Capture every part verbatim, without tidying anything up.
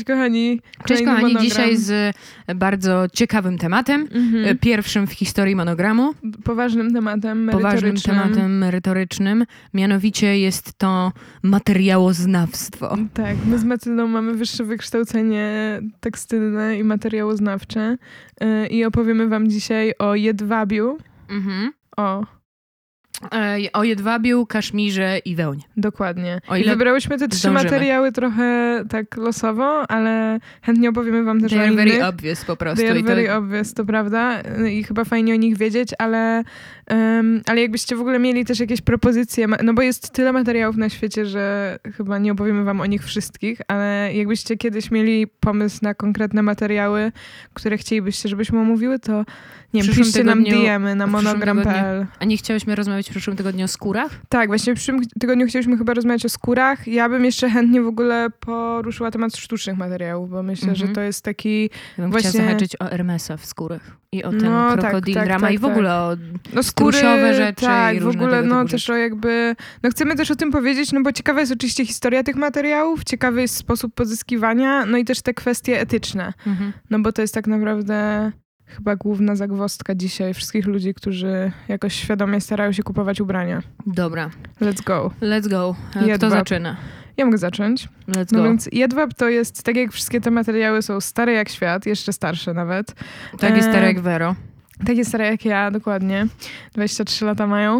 kochani. Cześć kochani, monogram. Dzisiaj z bardzo ciekawym tematem, mhm. pierwszym w historii monogramu. Poważnym tematem merytorycznym. Poważnym tematem merytorycznym, mianowicie jest to materiałoznawstwo. Tak, my z Matyldą mamy wyższe wykształcenie tekstylne i materiałoznawcze yy, i opowiemy wam dzisiaj o jedwabiu. Mhm. O... O jedwabiu, kaszmirze i wełnie. Dokładnie. I wybrałyśmy te trzy zdążymy. materiały trochę tak losowo, ale chętnie opowiemy wam też They o are innych. very obvious po prostu. They are I very to... obvious, to prawda. I chyba fajnie o nich wiedzieć, ale, um, ale jakbyście w ogóle mieli też jakieś propozycje, no bo jest tyle materiałów na świecie, że chyba nie opowiemy wam o nich wszystkich, ale jakbyście kiedyś mieli pomysł na konkretne materiały, które chcielibyście, żebyśmy omówiły, to nie wiem, piszcie nam D M-y na monogram kropka p l. A nie chciałyśmy rozmawiać w przyszłym tygodniu o skórach? Tak, właśnie w przyszłym tygodniu chcieliśmy chyba rozmawiać o skórach. Ja bym jeszcze chętnie w ogóle poruszyła temat sztucznych materiałów, bo myślę, mm-hmm. że to jest taki ja bym właśnie... chciała zahaczyć o Hermesa w skórach i o ten no, krokodil tak, drama tak, i w ogóle tak. o no, skóry, rzeczy tak, i różne w ogóle tego no typu też rzeczy. o jakby... No chcemy też o tym powiedzieć, no bo ciekawa jest oczywiście historia tych materiałów, ciekawy jest sposób pozyskiwania, no i też te kwestie etyczne. Mm-hmm. No bo to jest tak naprawdę... Chyba główna zagwozdka dzisiaj wszystkich ludzi, którzy jakoś świadomie starają się kupować ubrania. Dobra. Let's go. Let's go. Kto Jedwab. zaczyna? Ja mogę zacząć. Let's no go. Więc jedwab to jest, tak jak wszystkie te materiały są stare jak świat, jeszcze starsze nawet. Takie stare jak Vero. Takie stare jak ja, dokładnie. dwadzieścia trzy lata mają.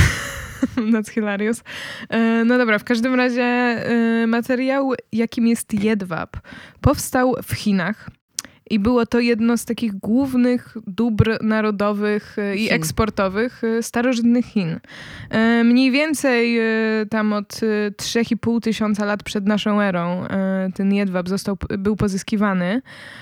That's hilarious. No dobra, w każdym razie materiał, jakim jest jedwab, powstał w Chinach. I było to jedno z takich głównych dóbr narodowych i Chin. eksportowych starożytnych Chin. Mniej więcej tam od trzy i pół tysiąca lat przed naszą erą ten jedwab został, był pozyskiwany.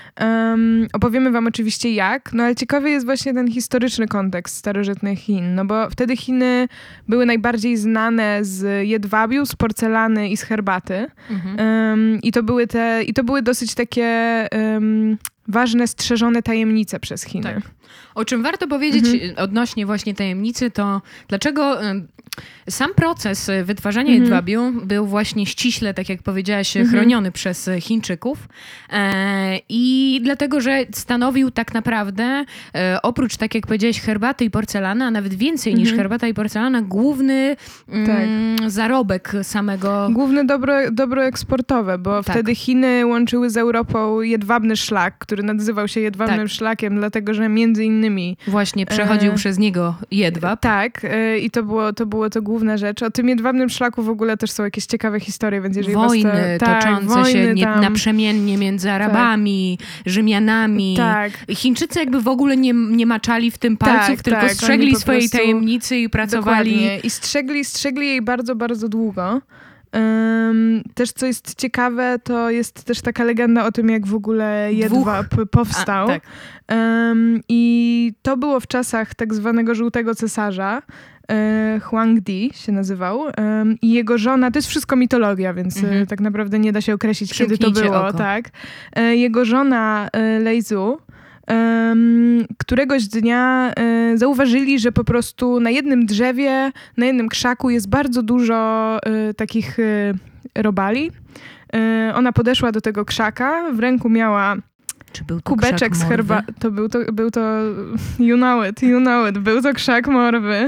Um, opowiemy wam oczywiście jak, no ale ciekawy jest właśnie ten historyczny kontekst starożytnych Chin, no bo wtedy Chiny były najbardziej znane z jedwabiu, z porcelany i z herbaty. Mhm. Um, i, to były te, I to były dosyć takie um, ważne, strzeżone tajemnice przez Chiny. Tak. O czym warto powiedzieć mhm. odnośnie właśnie tajemnicy, to dlaczego um, sam proces wytwarzania mhm. jedwabiu był właśnie ściśle, tak jak powiedziałaś, mhm. chroniony przez Chińczyków e, i dlatego, że stanowił tak naprawdę e, oprócz, tak jak powiedziałaś, herbaty i porcelany, a nawet więcej mhm. niż herbata i porcelana, główny mm, tak. zarobek samego... Główne dobro, dobro eksportowe, bo tak. wtedy Chiny łączyły z Europą jedwabny szlak, który nazywał się jedwabnym tak. szlakiem, dlatego, że między innymi... Właśnie przechodził e, przez niego jedwab. Tak, e, i to było, to było to główna rzecz. O tym jedwabnym szlaku w ogóle też są jakieś ciekawe historie, więc jeżeli wojny was to, tak, toczące wojny się nie, tam. naprzemiennie między Arabami, tak. Rzymianami. Tak. Chińczycy jakby w ogóle nie, nie maczali w tym palców, tak, tylko tak. strzegli po swojej prostu... tajemnicy i pracowali. Dokładnie. I strzegli, strzegli jej bardzo, bardzo długo. Um, też co jest ciekawe, to jest też taka legenda o tym, jak w ogóle jedwab Dwóch. powstał. A, tak. um, I to było w czasach tak zwanego żółtego cesarza. E, Huangdi się nazywał. Um, I jego żona, to jest wszystko mitologia, więc mhm. e, tak naprawdę nie da się określić, Przymknijcie kiedy to było. oko. Tak. E, jego żona e, Leizu Um, któregoś dnia e, zauważyli, że po prostu na jednym drzewie, na jednym krzaku jest bardzo dużo e, takich e, robali. E, ona podeszła do tego krzaka, w ręku miała Czy był to kubeczek z herbatą. To był to, był to, you know it, you know it, był to krzak morwy.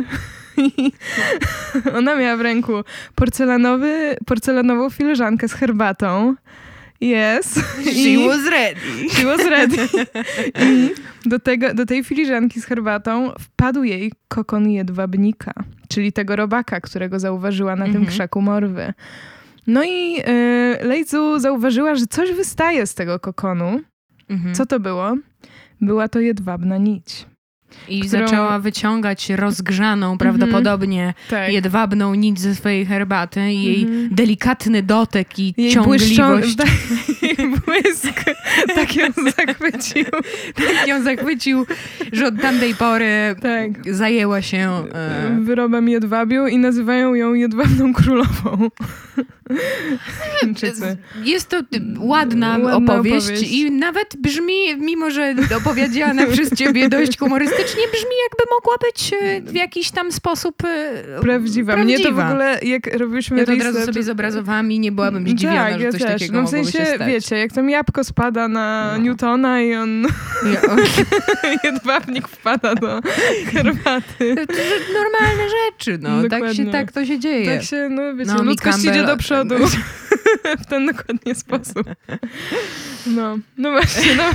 Ona miała w ręku porcelanowy, porcelanową filiżankę z herbatą. Yes. She I was ready. She was ready. I do, tego, do tej filiżanki z herbatą wpadł jej kokon jedwabnika, czyli tego robaka, którego zauważyła na mm-hmm. tym krzaku morwy. No i y, Leizu zauważyła, że coś wystaje z tego kokonu. Mm-hmm. Co to było? Była to jedwabna nić. I którą... zaczęła wyciągać rozgrzaną, mm-hmm. prawdopodobnie tak. jedwabną nić ze swojej herbaty i jej mm-hmm. delikatny dotek i jej ciągliwość. Błyszczą... jej błysk tak ją zachwycił. tak ją zachwycił, że od tamtej pory tak. zajęła się... E... wyrobem jedwabiu i nazywają ją jedwabną królową. Chińczycy. Jest to ładna, Ładna opowieść, opowieść i nawet brzmi, mimo że opowiedziana przez ciebie dość humorystycznie, brzmi jakby mogła być w jakiś tam sposób prawdziwa. prawdziwa. Mnie to w ogóle, jak robiliśmy Ja to od research... razu sobie zobrazowałam i nie byłabym zdziwiona, tak, że ja coś też. takiego No w mogłoby sensie, się stać. wiecie, jak tam jabłko spada na No. Newtona i on... Ja, jedwabnik wpada do herbaty. to, to normalne rzeczy, no. Tak, Dokładnie. się, tak to się dzieje. Tak się, no wiecie, No, ludzkość Campbell- idzie do przodu w ten dokładnie sposób. No, no właśnie, no.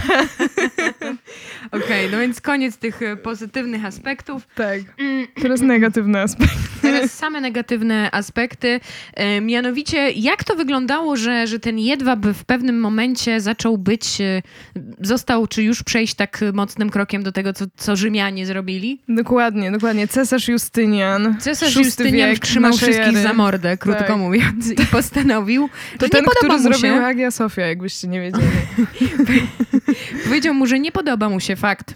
Okej, okay, no więc koniec tych e, pozytywnych aspektów. Tak, teraz negatywny aspekt. Teraz same negatywne aspekty. E, mianowicie, jak to wyglądało, że, że ten jedwab w pewnym momencie zaczął być, e, został, czy już przejść tak mocnym krokiem do tego, co, co Rzymianie zrobili? Dokładnie, dokładnie. Cesarz Justynian. Cesarz szósty Justynian wiek trzymał naszej wszystkich ery. za mordę, krótko Tak. mówiąc, i postanowił, To że ten, nie podoba który mu zrobił się... Hagia Sofia, jakbyście nie wiedzieli. Powiedział mu, że nie podoba mu się fakt,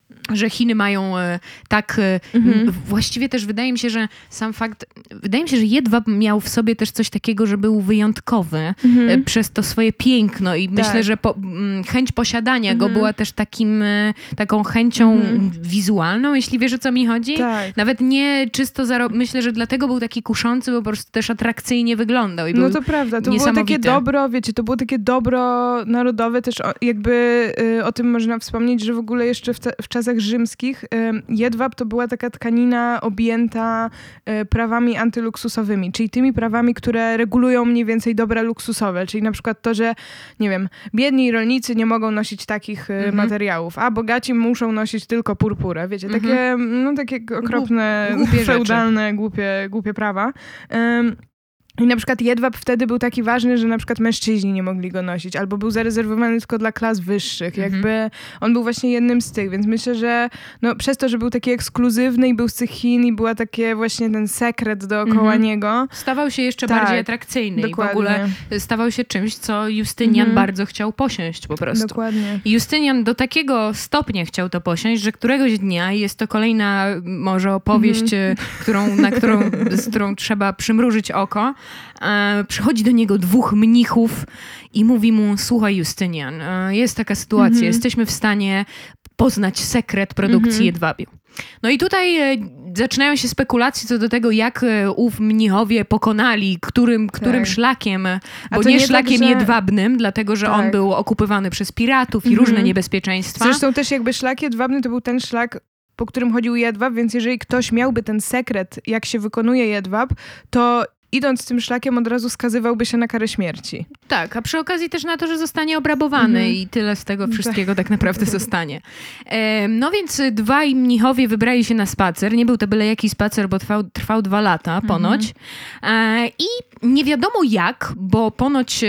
że Chiny mają e, tak... E, Mhm. m, właściwie też wydaje mi się, że sam fakt... Wydaje mi się, że jedwab miał w sobie też coś takiego, że był wyjątkowy Mhm. e, przez to swoje piękno i myślę, Tak. że po, m, chęć posiadania go Mhm. była też takim, e, taką chęcią Mhm. wizualną, jeśli wiesz, o co mi chodzi. Tak. Nawet nie czysto... Zaro- myślę, że dlatego był taki kuszący, bo po prostu też atrakcyjnie wyglądał. I No był to prawda, to było niesamowity. takie dobro, wiecie, to było takie dobro narodowe też, o, jakby y, o tym można wspomnieć, że w ogóle jeszcze w, te, w czasach rzymskich y, jedwab to była taka tkanina objęta y, prawami antyluksusowymi, czyli tymi prawami, które regulują mniej więcej dobra luksusowe, czyli na przykład to, że nie wiem, biedni rolnicy nie mogą nosić takich y, Mhm. materiałów, a bogaci muszą nosić tylko purpurę, wiecie, Mhm. takie, no takie okropne, głupie rzeczy. feudalne, głupie, głupie prawa. Ym, I na przykład jedwab wtedy był taki ważny, że na przykład mężczyźni nie mogli go nosić, albo był zarezerwowany tylko dla klas wyższych. Mhm. Jakby on był właśnie jednym z tych, więc myślę, że no, przez to, że był taki ekskluzywny i był z tych Chin i była takie właśnie ten sekret dookoła Mhm. niego. Stawał się jeszcze Tak, bardziej atrakcyjny i w dokładnie. ogóle stawał się czymś, co Justynian Mhm. bardzo chciał posiąść po prostu. Dokładnie. I Justynian do takiego stopnia chciał to posiąść, że któregoś dnia, jest to kolejna może opowieść, Mhm. e, którą, na którą, z którą trzeba przymrużyć oko, e, przychodzi do niego dwóch mnichów i mówi mu: słuchaj Justynian, e, jest taka sytuacja, Mhm. jesteśmy w stanie poznać sekret produkcji Mhm. jedwabiu. No i tutaj e, zaczynają się spekulacje co do tego, jak e, ów mnichowie pokonali, którym, którym Tak. szlakiem, bo to nie, nie tak, szlakiem że- jedwabnym, dlatego że on Tak. był okupowany przez piratów i Mhm. różne niebezpieczeństwa. Zresztą też jakby szlak jedwabny to był ten szlak, po którym chodził jedwab, więc jeżeli ktoś miałby ten sekret, jak się wykonuje jedwab, to idąc tym szlakiem od razu skazywałby się na karę śmierci. Tak, a przy okazji też na to, że zostanie obrabowany Mhm. i tyle z tego wszystkiego tak naprawdę zostanie. E, no więc dwaj mnichowie wybrali się na spacer. Nie był to byle jaki spacer, bo trwał, trwał dwa lata ponoć. E, I nie wiadomo jak, bo ponoć e,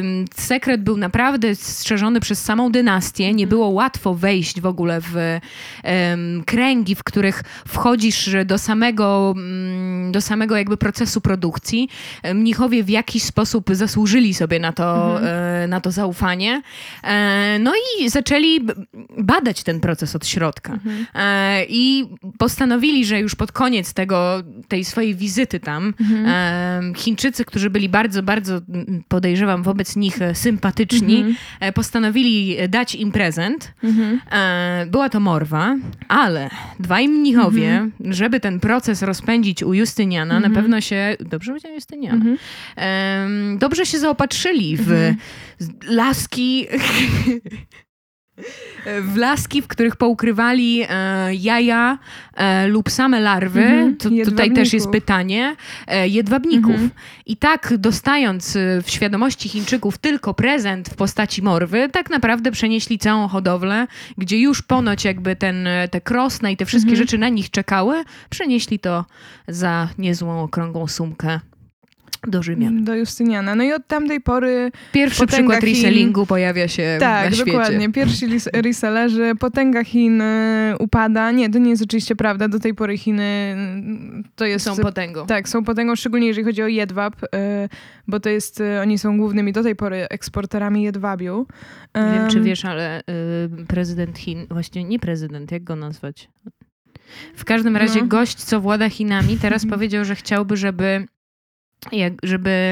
sekret był naprawdę strzeżony przez samą dynastię. Nie było łatwo wejść w ogóle w e, kręgi, w których wchodzisz do samego, mm, do samego jakby procesu produkcji. Mnichowie w jakiś sposób zasłużyli sobie na to, Mhm. e, na to zaufanie. E, no i zaczęli b- badać ten proces od środka. Mhm. E, I postanowili, że już pod koniec tego, tej swojej wizyty tam Mhm. e, Chińczycy, którzy byli bardzo, bardzo, m, podejrzewam, wobec nich e, sympatyczni, Mhm. e, postanowili dać im prezent. Mhm. E, Była to morwa, ale dwaj mnichowie, Mhm. żeby ten proces rozpędzić u Justyniana, Mhm. na pewno się, dobrze powiedziałem Justyniana, Mhm. em, dobrze się zaopatrzyli w Mhm. laski, w laski, w których poukrywali e, jaja e, lub same larwy, Mhm. to, tutaj Jedwabników. też jest pytanie, e, jedwabników. Mhm. I tak dostając e, w świadomości Chińczyków tylko prezent w postaci morwy, tak naprawdę przenieśli całą hodowlę, gdzie już ponoć jakby ten, te krosna i te wszystkie Mhm. rzeczy na nich czekały, przenieśli to za niezłą okrągłą sumkę do Rzymian. Do Justyniana. No i od tamtej pory Pierwszy Potęga przykład Chin. resellingu pojawia się tak, na świecie. dokładnie. Pierwsi lis- resellerzy, potęga Chin y, upada. Nie, to nie jest oczywiście prawda. Do tej pory Chiny y, to jest... Są potęgą. Tak, są potęgą, szczególnie jeżeli chodzi o jedwab, y, bo to jest, y, oni są głównymi do tej pory eksporterami jedwabiu. Nie wiem, Em, czy wiesz, ale y, prezydent Chin, właściwie nie prezydent, jak go nazwać? W każdym razie No. gość, co włada Chinami, teraz powiedział, że chciałby, żeby, jak, żeby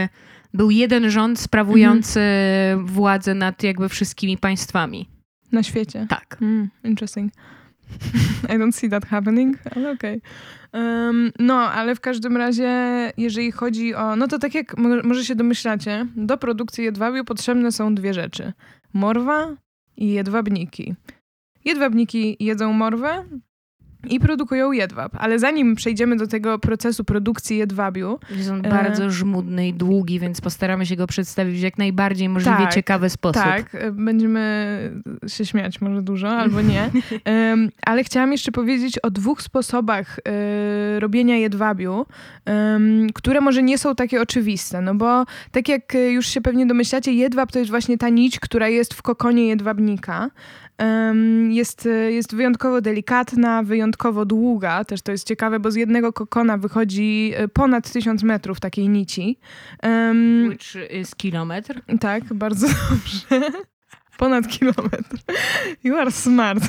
był jeden rząd sprawujący mhm. władzę nad jakby wszystkimi państwami. Na świecie? Tak. Mm, interesting. I don't see that happening, ale okej. Okay. Um, no, ale w każdym razie, jeżeli chodzi o... No to tak jak mo- może się domyślacie, do produkcji jedwabiu potrzebne są dwie rzeczy. Morwa i jedwabniki. Jedwabniki jedzą morwę i produkują jedwab. Ale zanim przejdziemy do tego procesu produkcji jedwabiu... Jest on e... bardzo żmudny i długi, więc postaramy się go przedstawić w jak najbardziej możliwie tak, ciekawy sposób. Tak, będziemy się śmiać może dużo, albo nie. Um, ale chciałam jeszcze powiedzieć o dwóch sposobach y, robienia jedwabiu, um, które może nie są takie oczywiste. No bo tak jak już się pewnie domyślacie, jedwab to jest właśnie ta nić, która jest w kokonie jedwabnika. Um, jest, jest wyjątkowo delikatna, wyjątkowo długa. Też to jest ciekawe, bo z jednego kokona wychodzi ponad tysiąc metrów takiej nici. Um, Which is kilometr. Tak, bardzo dobrze. Ponad kilometr. You are smart.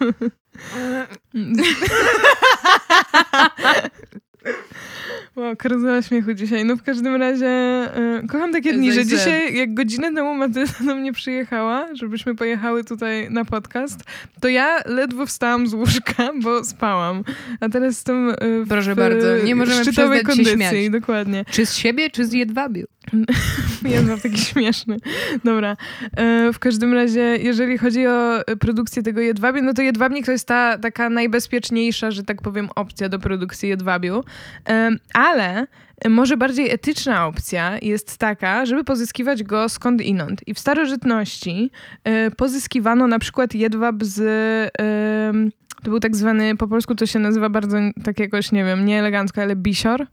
Wow, krążyła śmiechu dzisiaj. No w każdym razie y, kocham takie dni, że dzisiaj jak godzinę temu Matylda do mnie przyjechała, żebyśmy pojechały tutaj na podcast, to ja ledwo wstałam z łóżka, bo spałam. A teraz jestem y, w Proszę bardzo, nie możemy szczytowej przestać się kondycji. śmiać. Dokładnie. Czy z siebie, czy z jedwabiu? Jedwab taki śmieszny. Dobra. E, w każdym razie, jeżeli chodzi o produkcję tego jedwabiu, no to jedwabnik to jest ta taka najbezpieczniejsza, że tak powiem, opcja do produkcji jedwabiu. E, ale może bardziej etyczna opcja jest taka, żeby pozyskiwać go skądinąd. I w starożytności e, pozyskiwano na przykład jedwab z... E, to był tak zwany, po polsku to się nazywa bardzo tak jakoś, nie wiem, nie elegancko, ale bisior.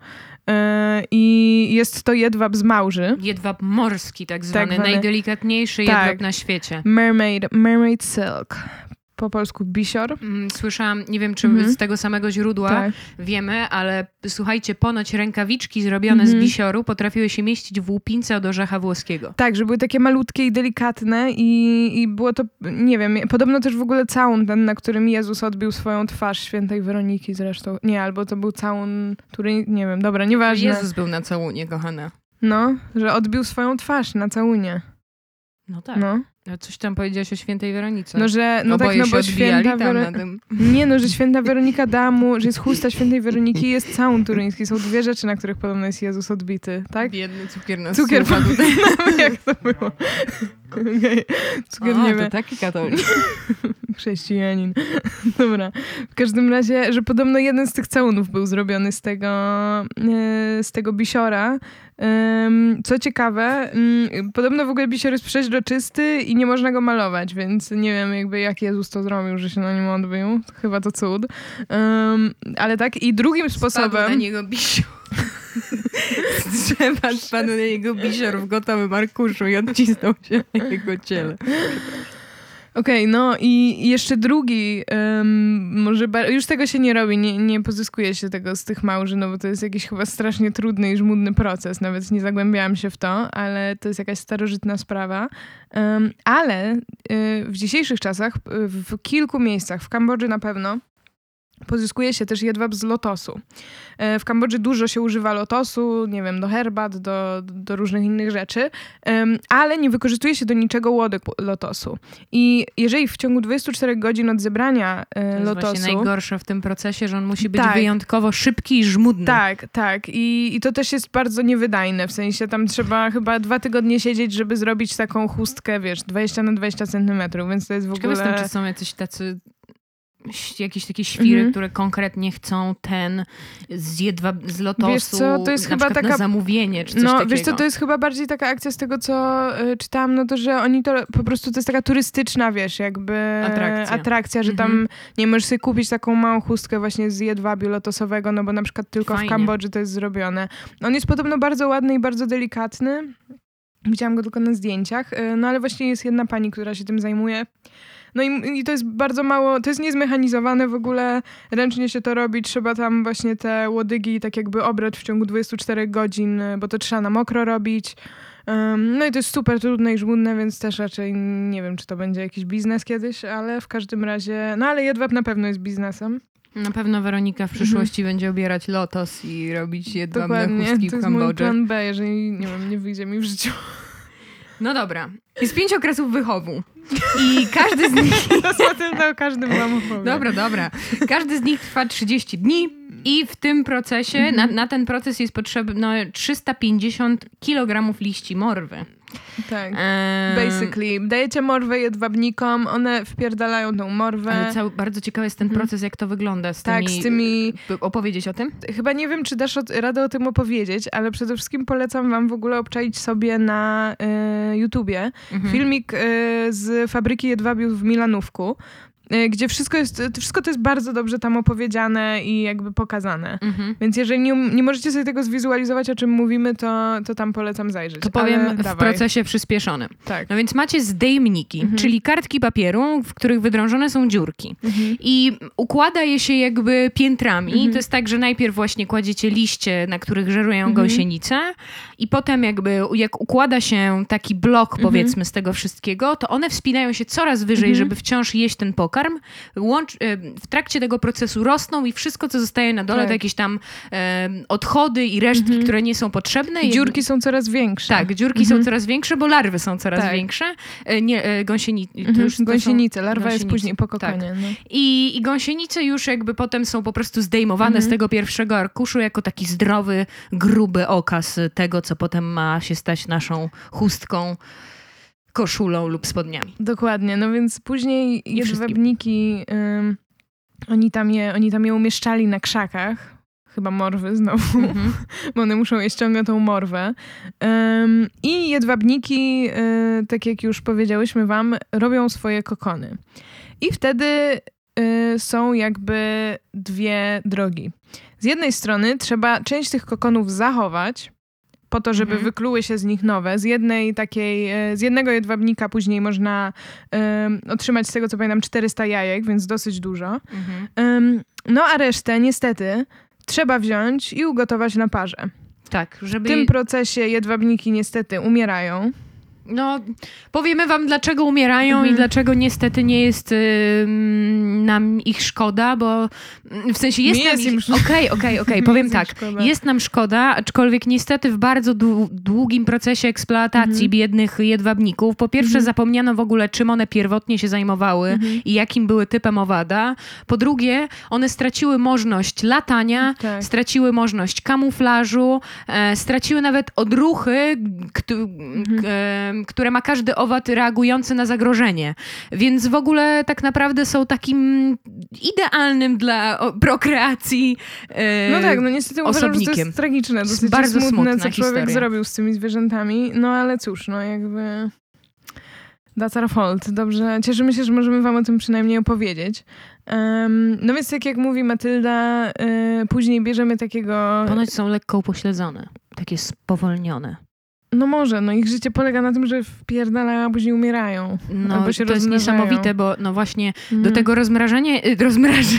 I jest to jedwab z małży. Jedwab morski tak zwany, tak zwany. Najdelikatniejszy tak. jedwab na świecie. Mermaid, mermaid silk. Po polsku bisior. Słyszałam, nie wiem czy mhm. z tego samego źródła tak. wiemy, ale słuchajcie, ponoć rękawiczki zrobione mhm. z bisioru potrafiły się mieścić w łupince od orzecha włoskiego. Tak, że były takie malutkie i delikatne i, i było to, nie wiem, podobno też w ogóle całun ten, na którym Jezus odbił swoją twarz, świętej Weroniki zresztą. Nie, albo to był całun, który, nie wiem, dobra, nieważne. Jezus był na całunie, kochana. No, że odbił swoją twarz na całunie. No tak. No. Coś tam powiedziałaś o świętej Weronice. No, że, no Oboje tak, no bo się święta Wero... na tym. Nie, no, że święta Weronika dała mu, że jest chusta świętej Weroniki i jest całun turyński. Są dwie rzeczy, na których podobno jest Jezus odbity, tak? Biedny cukier nas Cukier słucha tutaj. Jak to było? Okay. Cukier o, nie to wie. taki katolik. Chrześcijanin. Dobra. W każdym razie, że podobno jeden z tych całunów był zrobiony z tego, z tego bisiora. Co ciekawe, podobno w ogóle bisior jest przeźroczysty i nie można go malować, więc nie wiem jakby jak Jezus to zrobił, że się na nim odbył. Chyba to cud. Um, ale tak i drugim sposobem... Spadł na niego bisior. Z drzewa spadł na niego bisior w gotowym arkuszu i odcisnął się na jego ciele. Okej, okay, no i jeszcze drugi, um, może bar- już tego się nie robi, nie, nie pozyskuje się tego z tych małży, no bo to jest jakiś chyba strasznie trudny i żmudny proces, nawet nie zagłębiałam się w to, ale to jest jakaś starożytna sprawa. Um, ale y, w dzisiejszych czasach w kilku miejscach, w Kambodży na pewno, pozyskuje się też jedwab z lotosu. W Kambodży dużo się używa lotosu, nie wiem, do herbat, do, do różnych innych rzeczy, ale nie wykorzystuje się do niczego łodek lotosu. I jeżeli w ciągu dwudziestu czterech godzin od zebrania to jest lotosu... To jest najgorsze w tym procesie, że on musi być tak, wyjątkowo szybki i żmudny. Tak, tak. I, I to też jest bardzo niewydajne. W sensie tam trzeba chyba dwa tygodnie siedzieć, żeby zrobić taką chustkę, wiesz, dwadzieścia na dwadzieścia centymetrów, więc to jest w Ciekawe ogóle... jestem, czy są jacyś tacy... jakieś takie świry, mm-hmm. które konkretnie chcą ten z jedwab, z lotosu, wiesz co, to jest na chyba taka na zamówienie, czy coś no, takiego. Wiesz co, to jest chyba bardziej taka akcja z tego, co y, czytałam, no to, że oni to po prostu, to jest taka turystyczna, wiesz, jakby atrakcja, atrakcja że mm-hmm. tam nie możesz sobie kupić taką małą chustkę właśnie z jedwabiu lotosowego, no bo na przykład tylko Fajnie. w Kambodży to jest zrobione. On jest podobno bardzo ładny i bardzo delikatny. Widziałam go tylko na zdjęciach, y, no ale właśnie jest jedna pani, która się tym zajmuje. No i, i to jest bardzo mało, to jest niezmechanizowane w ogóle, ręcznie się to robi, trzeba tam właśnie te łodygi tak jakby obrać w ciągu dwudziestu czterech godzin, bo to trzeba na mokro robić. Um, no i to jest super trudne i żmudne, więc też raczej nie wiem, czy to będzie jakiś biznes kiedyś, ale w każdym razie, no ale jedwab na pewno jest biznesem. Na pewno Weronika w przyszłości mhm. będzie obierać lotos i robić jedwabne chustki w Kambodży. To jest mój plan B, jeżeli nie wiem, nie wyjdzie mi w życiu. No dobra. Jest pięć okresów wychowu. I każdy z nich... To tym o każdym wam opowiem. Dobra, dobra. Każdy z nich trwa trzydzieści dni i w tym procesie, mm-hmm. na, na ten proces jest potrzebne trzysta pięćdziesiąt kilogramów liści morwy. Tak, eee... basically. Dajecie morwę jedwabnikom, one wpierdalają tą morwę. Ale cały, bardzo ciekawy jest ten proces, jak to wygląda z tak, tymi... z tymi... Opowiedzieć o tym? Chyba nie wiem, czy dasz od, radę o tym opowiedzieć, ale przede wszystkim polecam wam w ogóle obczaić sobie na y, YouTubie mhm. filmik y, z fabryki jedwabiów w Milanówku, gdzie wszystko jest, wszystko to jest bardzo dobrze tam opowiedziane i jakby pokazane. Mhm. Więc jeżeli nie, nie możecie sobie tego zwizualizować, o czym mówimy, to, to tam polecam zajrzeć. To powiem Ale w dawaj. procesie przyspieszonym. Tak. No więc macie zdejmniki, mhm. czyli kartki papieru, w których wydrążone są dziurki. Mhm. I układa je się jakby piętrami. Mhm. To jest tak, że najpierw właśnie kładziecie liście, na których żerują mhm. gąsienice i potem jakby jak układa się taki blok, powiedzmy, mhm. z tego wszystkiego, to one wspinają się coraz wyżej, mhm. żeby wciąż jeść ten pokarm. Łącz, w trakcie tego procesu rosną i wszystko, co zostaje na dole, tak. to jakieś tam e, odchody i resztki, mm-hmm. które nie są potrzebne. Dziurki jakby... są coraz większe. Tak, dziurki mm-hmm. są coraz większe, bo larwy są coraz tak. większe. E, nie, e, gąsieni... mm-hmm. już Gąsienice, larwa gąsienice. Jest później po kokonie. Tak. No. I, I gąsienice już jakby potem są po prostu zdejmowane mm-hmm. z tego pierwszego arkuszu jako taki zdrowy, gruby okaz tego, co potem ma się stać naszą chustką, koszulą lub spodniami. Dokładnie, no więc później jedwabniki, um, oni, tam je, oni tam je umieszczali na krzakach, chyba morwy znowu, mm-hmm. bo one muszą jeść ciągle tą morwę. Um, I jedwabniki, y, tak jak już powiedziałyśmy wam, robią swoje kokony. I wtedy y, są jakby dwie drogi. Z jednej strony trzeba część tych kokonów zachować, po to, żeby mhm. wykluły się z nich nowe. Z jednej takiej, z jednego jedwabnika później można um, otrzymać, z tego co pamiętam, czterysta jajek, więc dosyć dużo. Mhm. Um, no a resztę niestety trzeba wziąć i ugotować na parze. Tak, żeby... W tym procesie jedwabniki niestety umierają. No, powiemy wam, dlaczego umierają mhm. i dlaczego niestety nie jest y, nam ich szkoda, bo w sensie jest nie nam jest ich... im szkoda. Okej, okej, okej, powiem tak. Szkoda. Jest nam szkoda, aczkolwiek niestety w bardzo długim procesie eksploatacji mhm. biednych jedwabników, po pierwsze mhm. zapomniano w ogóle, czym one pierwotnie się zajmowały mhm. i jakim były typem owada. Po drugie, one straciły możliwość latania, tak. straciły możliwość kamuflażu, e, straciły nawet odruchy, k- mhm. e, które ma każdy owad reagujący na zagrożenie. Więc w ogóle tak naprawdę są takim idealnym dla prokreacji e, No tak, no niestety uważam, że to jest tragiczne, dosyć jest bardzo smutne, co człowiek historia. zrobił z tymi zwierzętami. No ale cóż, no jakby... That's our fault. Dobrze, cieszymy się, że możemy wam o tym przynajmniej opowiedzieć. Um, no więc tak jak mówi Matylda, y, później bierzemy takiego... Ponoć są lekko upośledzone, takie spowolnione. No może, no ich życie polega na tym, że wpierdalają, a później umierają. No albo się to jest niesamowite, bo no właśnie mm. do tego rozmrażania, rozmraża,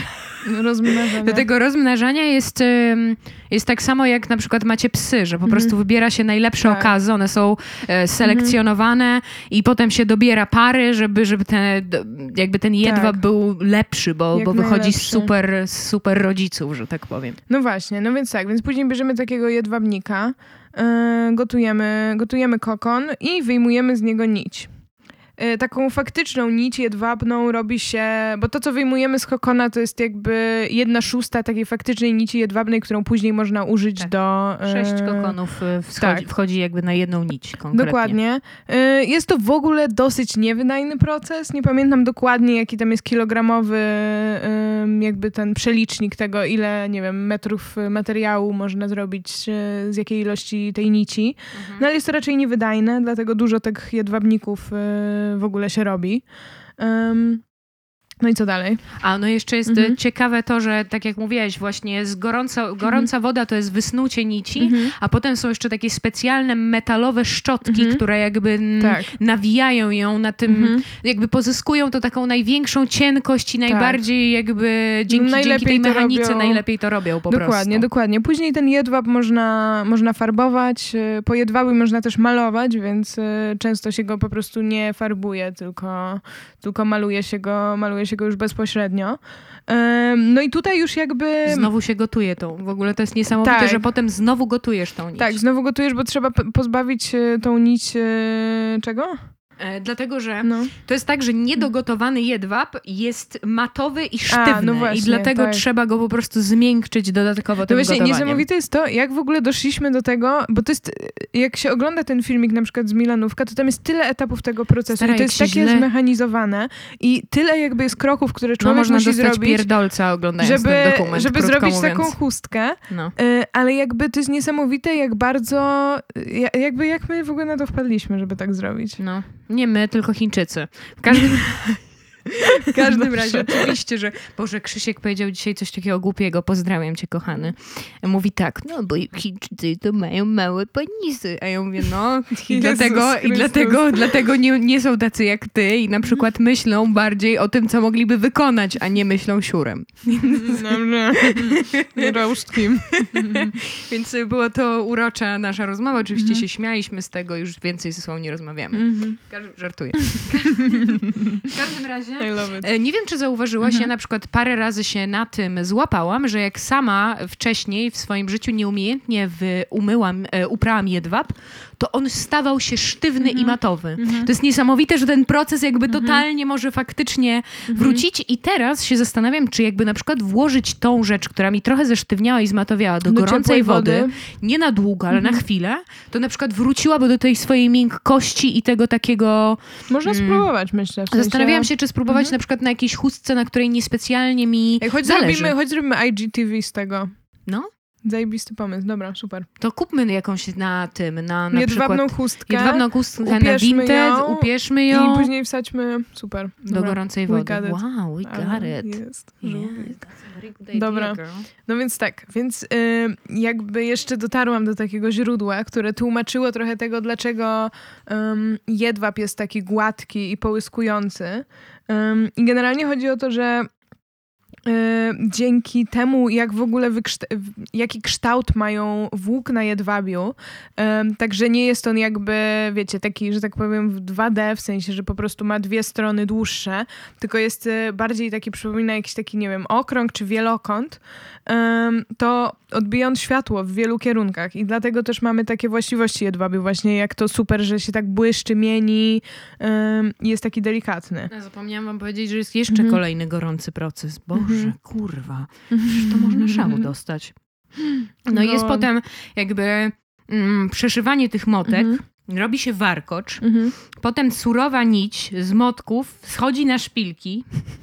do tego rozmnażania jest, jest tak samo jak na przykład macie psy, że po mm. prostu wybiera się najlepsze tak. okazy, one są e, selekcjonowane mm. i potem się dobiera pary, żeby, żeby te, jakby ten jedwab tak. był lepszy, bo, bo wychodzi z super, z super rodziców, że tak powiem. No właśnie, no więc tak, więc później bierzemy takiego jedwabnika, Yy, gotujemy, gotujemy kokon i wyjmujemy z niego nić. Yy, taką faktyczną nić jedwabną robi się, bo to co wyjmujemy z kokona to jest jakby jedna szósta takiej faktycznej nici jedwabnej, którą później można użyć tak. do... Yy... Sześć kokonów wschodzi, tak. wchodzi jakby na jedną nić konkretnie. Dokładnie. Yy, jest to w ogóle dosyć niewydajny proces. Nie pamiętam dokładnie jaki tam jest kilogramowy yy, jakby ten przelicznik tego, ile nie wiem, metrów materiału można zrobić yy, z jakiej ilości tej nici. Mhm. No ale jest to raczej niewydajne, dlatego dużo tych jedwabników yy, w ogóle się robi. Um, no i co dalej? A no jeszcze jest mhm. ciekawe to, że tak jak mówiłaś, właśnie jest gorąca, gorąca mhm. woda to jest wysnucie nici, mhm. a potem są jeszcze takie specjalne metalowe szczotki, mhm. które jakby tak. nawijają ją na tym, mhm. jakby pozyskują to taką największą cienkość i tak. najbardziej jakby dzięki, dzięki tej mechanice robią... najlepiej to robią po dokładnie, prostu. Dokładnie, dokładnie. Później ten jedwab można, można farbować, po jedwaby można też malować, więc często się go po prostu nie farbuje, tylko, tylko maluje się go, maluje się się go już bezpośrednio. No i tutaj już jakby... Znowu się gotuje tą. W ogóle to jest niesamowite, tak. że potem znowu gotujesz tą nić. Tak, znowu gotujesz, bo trzeba pozbawić tą nić czego? E, dlatego, że no. to jest tak, że niedogotowany jedwab jest matowy i sztywny. A, no właśnie, i dlatego tak. trzeba go po prostu zmiękczyć dodatkowo no tym właśnie, gotowaniem. Niesamowite jest to, jak w ogóle doszliśmy do tego, bo to jest, jak się ogląda ten filmik na przykład z Milanówka, to tam jest tyle etapów tego procesu Stara, i to jest takie źle... zmechanizowane i tyle jakby jest kroków, które człowiek no, można musi dostać zrobić, pierdolca oglądając żeby, ten dokument, żeby krótko zrobić mówiąc. taką chustkę, no. y, ale jakby to jest niesamowite, jak bardzo, jakby jak my w ogóle na to wpadliśmy, żeby tak zrobić. No, nie my, tylko Chińczycy. W każdym, w każdym razie oczywiście, że... Boże, Krzysiek powiedział dzisiaj coś takiego głupiego. Pozdrawiam cię, kochany. Mówi tak, no bo Chińczycy to mają małe penisy. A ja mówię, no i dlatego, i dlatego, dlatego nie, nie są tacy jak ty i na przykład myślą bardziej o tym, co mogliby wykonać, a nie myślą siurem. Dobrze. Rączkiem. Więc była to urocza nasza rozmowa. Oczywiście mm-hmm. się śmialiśmy z tego, już więcej ze sobą nie rozmawiamy. Mm-hmm. Żartuję. W każdym razie nie wiem, czy zauważyłaś, mhm. ja na przykład parę razy się na tym złapałam, że jak sama wcześniej w swoim życiu nieumiejętnie umyłam, e, uprałam jedwab, to on stawał się sztywny mhm. i matowy. Mhm. To jest niesamowite, że ten proces jakby mhm. totalnie może faktycznie mhm. wrócić i teraz się zastanawiam, czy jakby na przykład włożyć tą rzecz, która mi trochę zesztywniała i zmatowiała do, do gorącej wody, wody, nie na długo, ale mhm. na chwilę, to na przykład wróciłaby do tej swojej miękkości i tego takiego... Można mm, spróbować, myślę. W sensie... Zastanawiałam się, czy spróbować mhm. na przykład na jakiejś chustce, na której niespecjalnie mi Ej, choć zależy. Zrobimy, choć zrobimy I G T V z tego. No. Zajebisty pomysł, dobra, super. To kupmy jakąś na tym, na, na jedwabną przykład... chustkę. Jedwabną chustkę na Vinted, ją, upieszmy ją. I później wsadźmy, super. Do dobra. gorącej wody. Wow, we got Ale it. Jest. Yes, dobra. Idea, no więc tak, więc y, jakby jeszcze dotarłam do takiego źródła, które tłumaczyło trochę tego, dlaczego um, jedwab jest taki gładki i połyskujący. Um, I generalnie chodzi o to, że Yy, dzięki temu, jak w ogóle wykszta- jaki kształt mają włókna jedwabiu, yy, także nie jest on jakby, wiecie, taki, że tak powiem w dwa D, w sensie, że po prostu ma dwie strony dłuższe, tylko jest yy, bardziej taki, przypomina jakiś taki, nie wiem, okrąg czy wielokąt, yy, to odbijając światło w wielu kierunkach i dlatego też mamy takie właściwości jedwabiu, właśnie jak to super, że się tak błyszczy, mieni i yy, jest taki delikatny. Ja zapomniałam wam powiedzieć, że jest jeszcze mhm. kolejny gorący proces. Boże, mhm. kurwa, przecież to można szału dostać. No, no. i jest potem jakby mm, przeszywanie tych motek, mhm. robi się warkocz, mhm. potem surowa nić z motków schodzi na szpilki,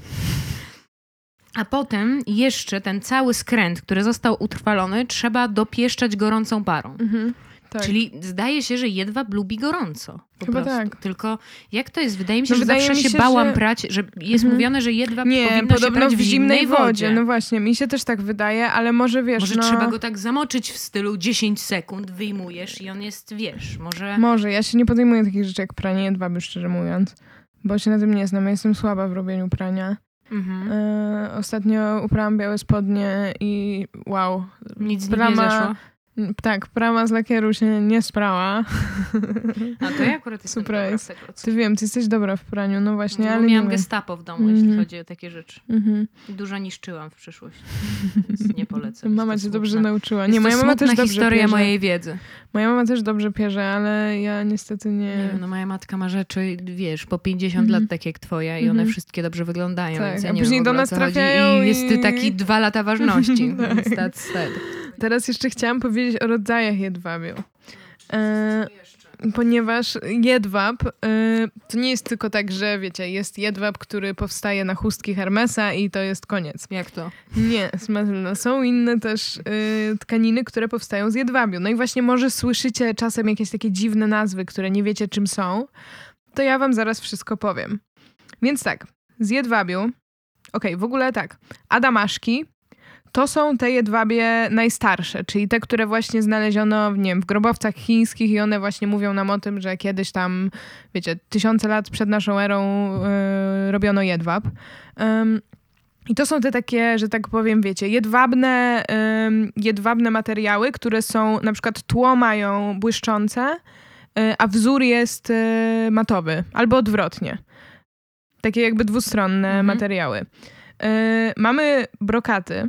a potem jeszcze ten cały skręt, który został utrwalony, trzeba dopieszczać gorącą parą. Mhm. Tak. Czyli zdaje się, że jedwab lubi gorąco. Po Chyba prostu. tak. Tylko jak to jest? Wydaje mi się, no że zawsze się, się bałam że... prać, że jest mhm. mówione, że jedwab nie, powinno się prać w zimnej wodzie. wodzie. No właśnie, mi się też tak wydaje, ale może wiesz, Może no... trzeba go tak zamoczyć w stylu dziesięć sekund, wyjmujesz i on jest, wiesz, może... Może, ja się nie podejmuję takich rzeczy jak pranie jedwabiu, szczerze mówiąc. Bo się na tym nie znam, ja jestem słaba w robieniu prania. Mhm. E, ostatnio uprałam białe spodnie i wow. Nic prama, nie zeszło. Tak, prama z lakieru się nie sprała. A to ja akurat jestem dobra w tego. Ty wiem, ty jesteś dobra w praniu, no właśnie, no, ale miałam nie gestapo w domu, mm-hmm. jeśli chodzi o takie rzeczy. Mm-hmm. Dużo niszczyłam w przyszłości, więc nie polecam. Mama cię dobrze nauczyła. Nie, jest moja mama też dobrze historia pierze. mojej wiedzy. Moja mama też dobrze pierze, ale ja niestety nie... Nie wiem, no moja matka ma rzeczy, wiesz, po pięćdziesiąt mm-hmm. lat tak jak twoja i one wszystkie dobrze wyglądają, tak, więc ja a nie później wiem, do nas trafiają i... i jest taki dwa lata ważności, tak. więc that's sad. Teraz jeszcze chciałam powiedzieć o rodzajach jedwabiu. E, ponieważ jedwab e, to nie jest tylko tak, że wiecie, jest jedwab, który powstaje na chustki Hermesa i to jest koniec. Jak to? Nie, Smatylda. Są inne też e, tkaniny, które powstają z jedwabiu. No i właśnie może słyszycie czasem jakieś takie dziwne nazwy, które nie wiecie czym są. To ja wam zaraz wszystko powiem. Więc tak, z jedwabiu, okej, okay, w ogóle tak, adamaszki to są te jedwabie najstarsze, czyli te, które właśnie znaleziono, nie wiem, w grobowcach chińskich i one właśnie mówią nam o tym, że kiedyś tam, wiecie, tysiące lat przed naszą erą yy, robiono jedwab. Ym, I to są te takie, że tak powiem, wiecie, jedwabne, ym, jedwabne materiały, które są, na przykład tło mają błyszczące, yy, a wzór jest yy, matowy, albo odwrotnie. Takie jakby dwustronne Mhm. materiały. Yy, mamy brokaty,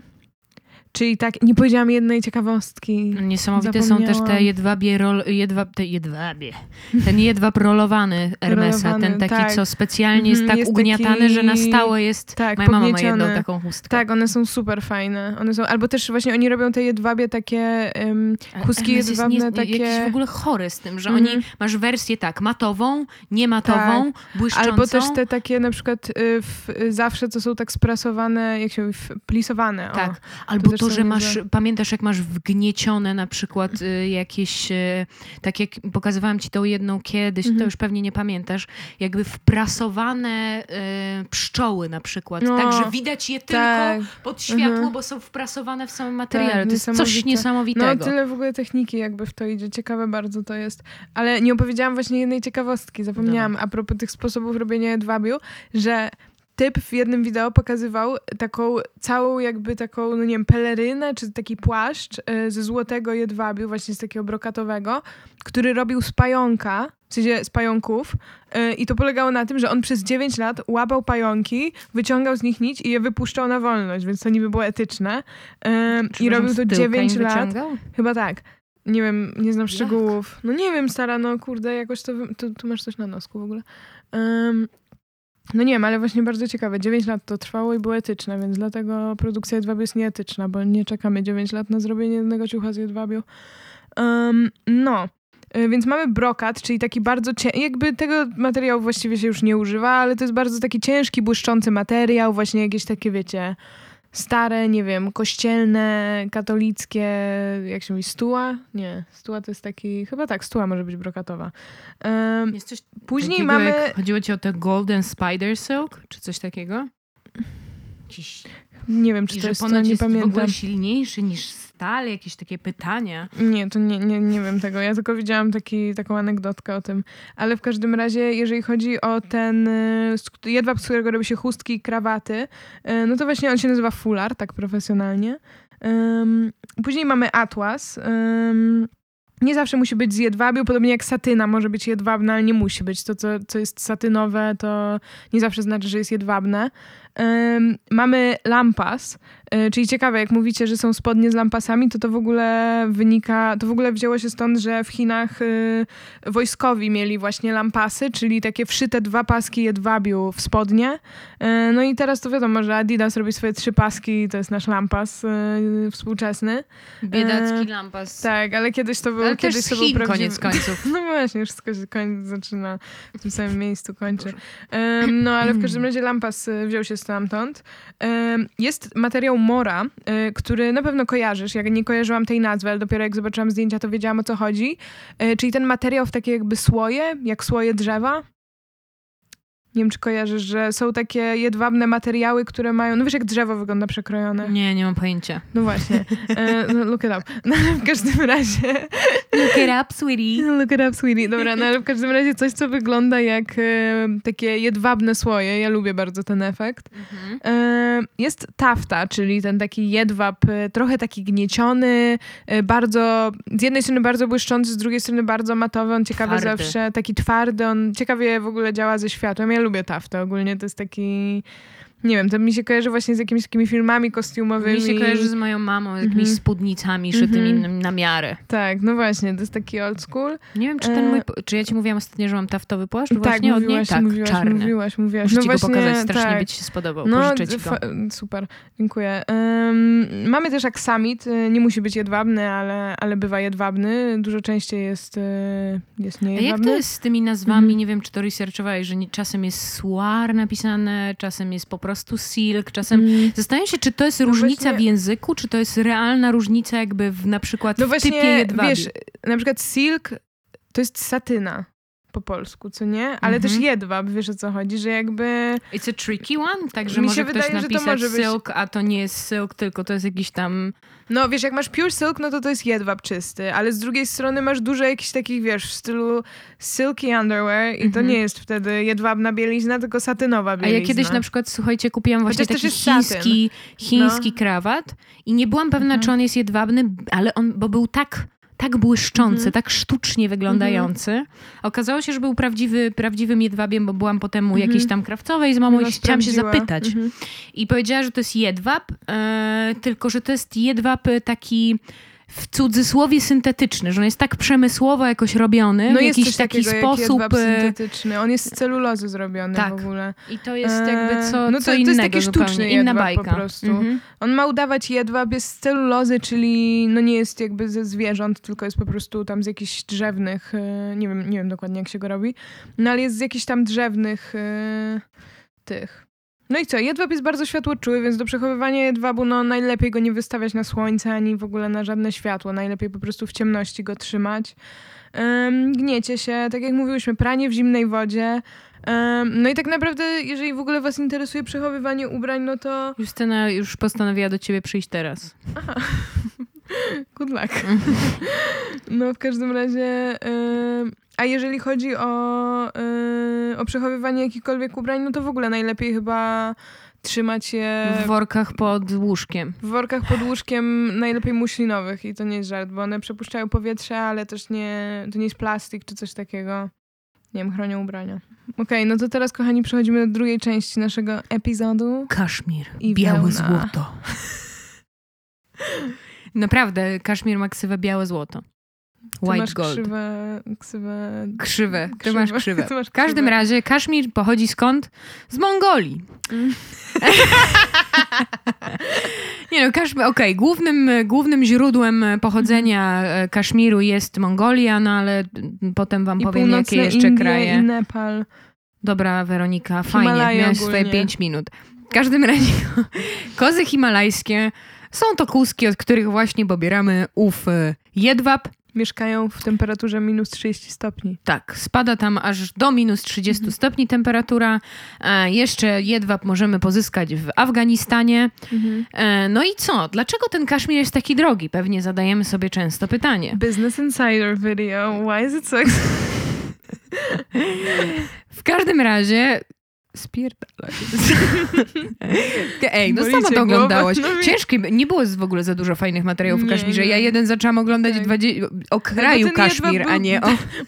czyli tak, nie powiedziałam jednej ciekawostki. Niesamowite są też te Zapomniałam. jedwabie, rol, jedwab, te jedwabie. Ten jedwab rolowany Hermesa, Rolowany, ten taki, tak. co specjalnie jest Mhm, tak jest ugniatany, taki- że na stałe jest... tak, Moja mama ma pognieciony. jedną taką chustkę. Tak, one są super fajne. One są, albo też właśnie oni robią te jedwabie takie um, chustki Hermes jedwabne jest nie, takie... jakiś w ogóle chory z tym, że Mhm. oni, masz wersję tak, matową, niematową, błyszczącą. Albo też te takie na przykład y, w, y, zawsze to są tak sprasowane, jak się mówi, w- plisowane. O. Tak, albo też to, są że masz, niezłe. pamiętasz jak masz wgniecione na przykład y, jakieś, y, tak jak pokazywałam ci tą jedną kiedyś, Mhm. to już pewnie nie pamiętasz, jakby wprasowane y, pszczoły na przykład, No, tak, że widać je tylko tak. pod światło, Mhm. bo są wprasowane w samym materiale. Tak, to jest coś niesamowite. niesamowitego. No tyle w ogóle techniki jakby w to idzie. Ciekawe bardzo to jest. Ale nie opowiedziałam właśnie jednej ciekawostki. Zapomniałam a propos tych sposobów robienia jedwabiu, że typ w jednym wideo pokazywał taką całą jakby taką, no nie wiem, pelerynę, czy taki płaszcz y, ze złotego jedwabiu, właśnie z takiego brokatowego, który robił z pająka, w sensie z pająków y, i to polegało na tym, że on przez dziewięć lat łapał pająki, wyciągał z nich nić i je wypuszczał na wolność, więc to niby było etyczne. Y, I Przepraszam, robił z to tyłka dziewięć im lat. wyciągał? Chyba tak. Nie wiem, nie znam Jak? szczegółów. No nie wiem, stara, no kurde, jakoś to... wy- Tu, tu masz coś na nosku w ogóle. Um, no nie wiem, ale właśnie bardzo ciekawe. dziewięć lat to trwało i było etyczne, więc dlatego produkcja jedwabiu jest nieetyczna, bo nie czekamy dziewięć lat na zrobienie jednego ciucha z jedwabiu. Um, no. Y, Więc mamy brokat, czyli taki bardzo ciężki, jakby tego materiału właściwie się już nie używa, ale to jest bardzo taki ciężki, błyszczący materiał, właśnie jakieś takie, wiecie, stare, nie wiem, kościelne, katolickie, jak się mówi, stuła? Nie, stuła to jest taki, chyba tak, stuła może być brokatowa. Um, Jest coś później takiego, mamy... jak chodziło ci o te Golden Spider Silk, czy coś takiego? Jakiś, Nie wiem, czy I to że jest to, ponoć nie jest w pamiętam. ogóle silniejszy niż stal, jakieś takie pytania. Nie, to nie, nie, nie wiem tego. Ja tylko widziałam taki, taką anegdotkę o tym. Ale w każdym razie, jeżeli chodzi o ten y, sk- jedwab, z którego robi się chustki i krawaty, y, no to właśnie on się nazywa fular, tak profesjonalnie. Ym, później mamy atłas. Ym, nie zawsze musi być z jedwabiu, podobnie jak satyna może być jedwabna, ale nie musi być. To, co, co jest satynowe, to nie zawsze znaczy, że jest jedwabne. Ym, mamy lampas, y, czyli ciekawe, jak mówicie, że są spodnie z lampasami, to to w ogóle wynika, to w ogóle wzięło się stąd, że w Chinach y, wojskowi mieli właśnie lampasy, czyli takie wszyte dwa paski jedwabiu w spodnie. Y, no i teraz to wiadomo, że Adidas robi swoje trzy paski, to jest nasz lampas y, współczesny. Biedacki E, lampas. Tak, ale kiedyś to był, Ale też kiedyś z to był Chin prawdziwy... koniec końców. No właśnie, wszystko się koń... zaczyna w tym samym miejscu, kończy. Um, no ale w każdym razie lampas y, wziął się stamtąd. Um, jest materiał mora, y, który na pewno kojarzysz. Ja nie kojarzyłam tej nazwy, ale dopiero jak zobaczyłam zdjęcia, to wiedziałam, o co chodzi. Y, czyli ten materiał w takie jakby słoje, jak słoje drzewa. Nie wiem, czy kojarzysz, że są takie jedwabne materiały, które mają... No wiesz, jak drzewo wygląda przekrojone. Nie, nie mam pojęcia. No właśnie. E, no, look it up. No ale w każdym razie... Look it up, sweetie. Look it up, sweetie. Dobra, no ale w każdym razie coś, co wygląda jak e, takie jedwabne słoje. Ja lubię bardzo ten efekt. Mhm. E, jest tafta, czyli ten taki jedwab, e, trochę taki gnieciony, e, bardzo, z jednej strony bardzo błyszczący, z drugiej strony bardzo matowy. On ciekawy Twardy. zawsze, taki twardy. On ciekawie w ogóle działa ze światłem. Ja lubię taftę ogólnie. To jest taki... Nie wiem, to mi się kojarzy właśnie z jakimiś takimi filmami kostiumowymi. Mi się kojarzy z moją mamą, z jakimiś Mhm. spódnicami szytymi Mhm. na miarę. Tak, no właśnie, to jest taki old school. Nie wiem, czy ten E, mój... Czy ja ci mówiłam ostatnio, że mam taftowy płaszcz? Tak, Właśnie od niej? mówiłaś, Tak, mówiłaś, czarny. mówiłaś, mówiłaś. Muszę No ci właśnie, go pokazać, strasznie tak. by ci się spodobał. No, Pożyczę ci go. fa- super, dziękuję. Um, mamy też aksamit, y, nie musi być jedwabny, ale, ale bywa jedwabny. Dużo częściej jest, y, jest A jak niejedwabny. to jest z tymi nazwami? Mhm. Nie wiem, czy to researchowałeś, że nie, czasem jest suar napisane, czasem jest po prostu silk, czasem... Mm. Zastanawiam się, czy to jest No różnica właśnie- w języku, czy to jest realna różnica jakby w, na przykład No w właśnie, typie jedwabiu. wiesz, na przykład silk to jest satyna po polsku, co nie? Ale Mhm. też jedwab, wiesz o co chodzi, że jakby... It's a tricky one? Także Mi może się ktoś wydaje, że to napisać może być- silk, a to nie jest silk, tylko to jest jakiś tam... No wiesz, jak masz pure silk, no to to jest jedwab czysty, ale z drugiej strony masz dużo jakichś takich, wiesz, w stylu silky underwear i to Mhm. nie jest wtedy jedwabna bielizna, tylko satynowa A bielizna. ja kiedyś na przykład, słuchajcie, kupiłam właśnie Chociaż też taki jest satyn. chiński, chiński No. krawat i nie byłam pewna, Mhm. czy on jest jedwabny, ale on, bo był tak tak błyszczący, mhm. tak sztucznie wyglądający. Mhm. Okazało się, że był prawdziwy, prawdziwym jedwabiem, bo byłam potem u jakiejś tam krawcowej z mamą i chciałam się zapytać. Mhm. I powiedziała, że to jest jedwab, e, tylko że to jest jedwab taki w cudzysłowie syntetyczny, że on jest tak przemysłowo jakoś robiony, no w jakiś taki takiego, sposób. Jak syntetyczny. On jest z celulozy zrobiony tak. w ogóle. I to jest jakby co, no to, co to innego jest taki sztuczny zupełnie, jedwab inna bajka. Po prostu. Mhm. On ma udawać jedwab, jest z celulozy, czyli no nie jest jakby ze zwierząt, tylko jest po prostu tam z jakichś drzewnych, nie wiem, nie wiem dokładnie jak się go robi, no ale jest z jakichś tam drzewnych tych. No i co? Jedwab jest bardzo światłoczuły, więc do przechowywania jedwabu no najlepiej go nie wystawiać na słońce ani w ogóle na żadne światło. Najlepiej po prostu w ciemności go trzymać. Um, gniecie się, tak jak mówiłyśmy, pranie w zimnej wodzie. Um, no i tak naprawdę, jeżeli w ogóle was interesuje przechowywanie ubrań, no to... Justyna już postanowiła do ciebie przyjść teraz. Aha. Good luck. No w każdym razie... Um, a jeżeli chodzi o, yy, o przechowywanie jakichkolwiek ubrań, no to w ogóle najlepiej chyba trzymać je... W workach pod łóżkiem. W workach pod łóżkiem, najlepiej muślinowych i to nie jest żart, bo one przepuszczają powietrze, ale też nie, to nie jest plastik czy coś takiego. Nie wiem, chronią ubrania. Okej, okay, no to teraz kochani przechodzimy do drugiej części naszego epizodu. Kaszmir. I białe wełna. złoto. Naprawdę, kaszmir ma ksywę białe złoto. Ty White masz gold. Krzywe, krzywe... Krzywe. Ty krzywe. masz krzywe. Ty masz w każdym krzywe. razie Kaszmir pochodzi skąd? Z Mongolii. Mm. Nie no, Kaszmir, okej, okay. głównym, głównym źródłem pochodzenia Kaszmiru jest Mongolia, no ale potem wam I powiem, jakie jeszcze Indie, kraje. I Nepal. Dobra, Weronika, fajnie, Himalaje miałeś ogólnie. swoje pięć minut. W każdym razie kozy himalajskie są to kózki, od których właśnie pobieramy ów jedwab. Mieszkają w temperaturze minus trzydzieści stopni. Tak, spada tam aż do minus trzydzieści mhm. stopni temperatura. E, jeszcze jedwab możemy pozyskać w Afganistanie. Mhm. E, no i co? Dlaczego ten Kaszmir jest taki drogi? Pewnie zadajemy sobie często pytanie. Business Insider video. Why is it so W każdym razie... Spierdalaj. Ej, no Bolicie sama to oglądałaś. No Ciężkie, nie było w ogóle za dużo fajnych materiałów nie, o Kaszmirze. Nie. Ja jeden zaczęłam oglądać tak. dwadzieścia o kraju no, Kaszmir, a nie o...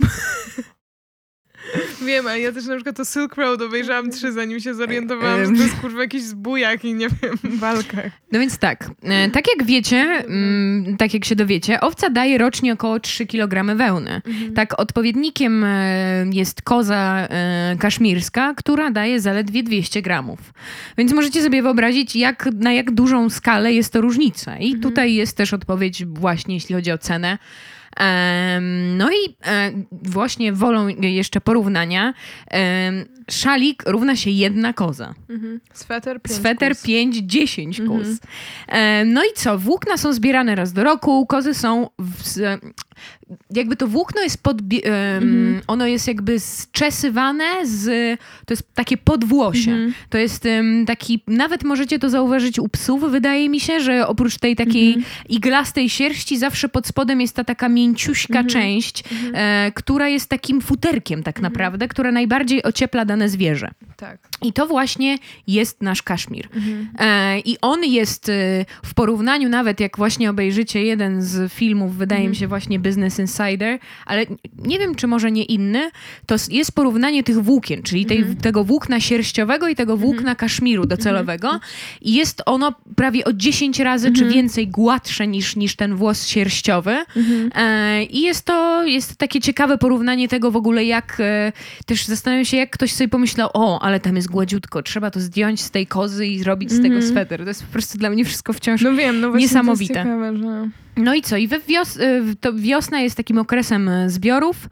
Wiem, a ja też na przykład to Silk Road obejrzałam trzy, zanim się zorientowałam, że to jest kurwa jakiś zbójak i nie wiem, walkach. No więc tak, e, tak jak wiecie, m, tak jak się dowiecie, owca daje rocznie około trzy kilogramy wełny. Mhm. Tak odpowiednikiem e, jest koza e, kaszmirska, która daje zaledwie dwieście gramów. Więc możecie sobie wyobrazić, jak, na jak dużą skalę jest to różnica. I mhm. tutaj jest też odpowiedź właśnie, jeśli chodzi o cenę. Um, no i um, właśnie wolą jeszcze porównania. Um, szalik równa się jedna koza. Mhm. Sweter pięć Sweter pięć, dziesięć kus. Mhm. Um, no i co? Włókna są zbierane raz do roku. Kozy są... W, jakby to włókno jest pod... Um, mhm. Ono jest jakby zczesywane z... To jest takie podwłosie. Mhm. To jest um, taki... Nawet możecie to zauważyć u psów. Wydaje mi się, że oprócz tej takiej mhm. iglastej sierści zawsze pod spodem jest ta taka mięciuśka mhm. część, mhm. E, która jest takim futerkiem tak mhm. naprawdę, która najbardziej ociepla dane zwierzę. Tak. I to właśnie jest nasz Kaszmir. Mhm. E, I on jest e, w porównaniu nawet, jak właśnie obejrzycie jeden z filmów, wydaje mhm. mi się właśnie Business Insider, ale nie wiem, czy może nie inny, to jest porównanie tych włókien, czyli tej, mhm. tego włókna sierściowego i tego włókna mhm. Kaszmiru docelowego. Mhm. I jest ono prawie o dziesięć razy mhm. czy więcej gładsze niż, niż ten włos sierściowy. Mhm. E, I jest to, jest takie ciekawe porównanie tego w ogóle, jak e, też zastanawiam się, jak ktoś sobie pomyślał, o, ale tam jest gładziutko, trzeba to zdjąć z tej kozy i zrobić z tego mm-hmm. sweter. To jest po prostu dla mnie wszystko wciąż no wiem, no niesamowite. To jest ciekawe, że... No i co? I we wios- to wiosna jest takim okresem zbiorów.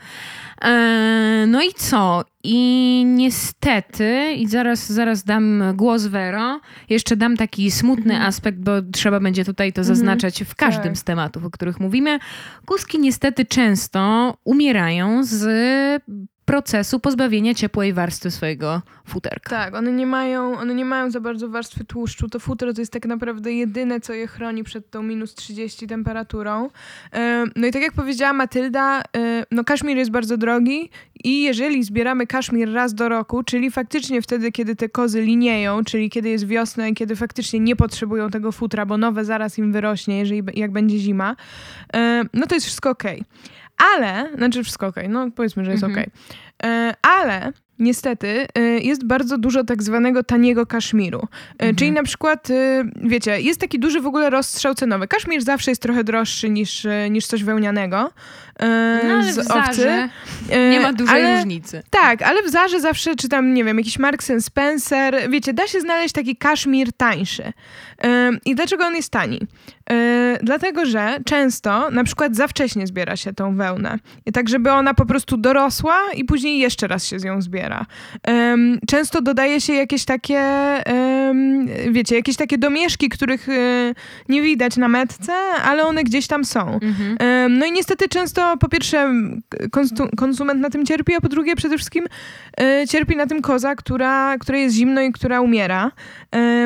E, no i co? I niestety, i zaraz, zaraz dam głos Vero, jeszcze dam taki smutny mm-hmm. aspekt, bo trzeba będzie tutaj to zaznaczać mm-hmm. w każdym tak. z tematów, o których mówimy. Kózki niestety często umierają z procesu pozbawienia ciepłej warstwy swojego futerka. Tak, one nie mają, one nie mają za bardzo warstwy tłuszczu. To futro to jest tak naprawdę jedyne, co je chroni przed tą minus trzydzieści temperaturą. No i tak jak powiedziała Matylda, no kaszmir jest bardzo drogi i jeżeli zbieramy kaszmir raz do roku, czyli faktycznie wtedy, kiedy te kozy linieją, czyli kiedy jest wiosna i kiedy faktycznie nie potrzebują tego futra, bo nowe zaraz im wyrośnie, jeżeli jak będzie zima, no to jest wszystko okej. Ale, znaczy wszystko okej, no powiedzmy, że jest Mhm. okej. E, ale niestety e, jest bardzo dużo tak zwanego taniego kaszmiru. E, Mhm. Czyli na przykład, e, wiecie, jest taki duży w ogóle rozstrzał cenowy. Kaszmir zawsze jest trochę droższy niż, e, niż coś wełnianego e, No ale z w owcy. Zarze E, nie ma dużej ale, różnicy. Tak, ale w Zarze zawsze, czy tam, nie wiem, jakiś Marks and Spencer, wiecie, da się znaleźć taki kaszmir tańszy. E, I dlaczego on jest tani? E, dlatego, że często na przykład za wcześnie zbiera się tą wełnę. I tak, żeby ona po prostu dorosła i później jeszcze raz się z nią zbiera. E, często dodaje się jakieś takie, e, wiecie, jakieś takie domieszki, których e, nie widać na metce, ale one gdzieś tam są. Mhm. E, no i niestety często po pierwsze konsu- konsument na tym cierpi, a po drugie przede wszystkim e, cierpi na tym koza, która, której jest zimno i która umiera. E,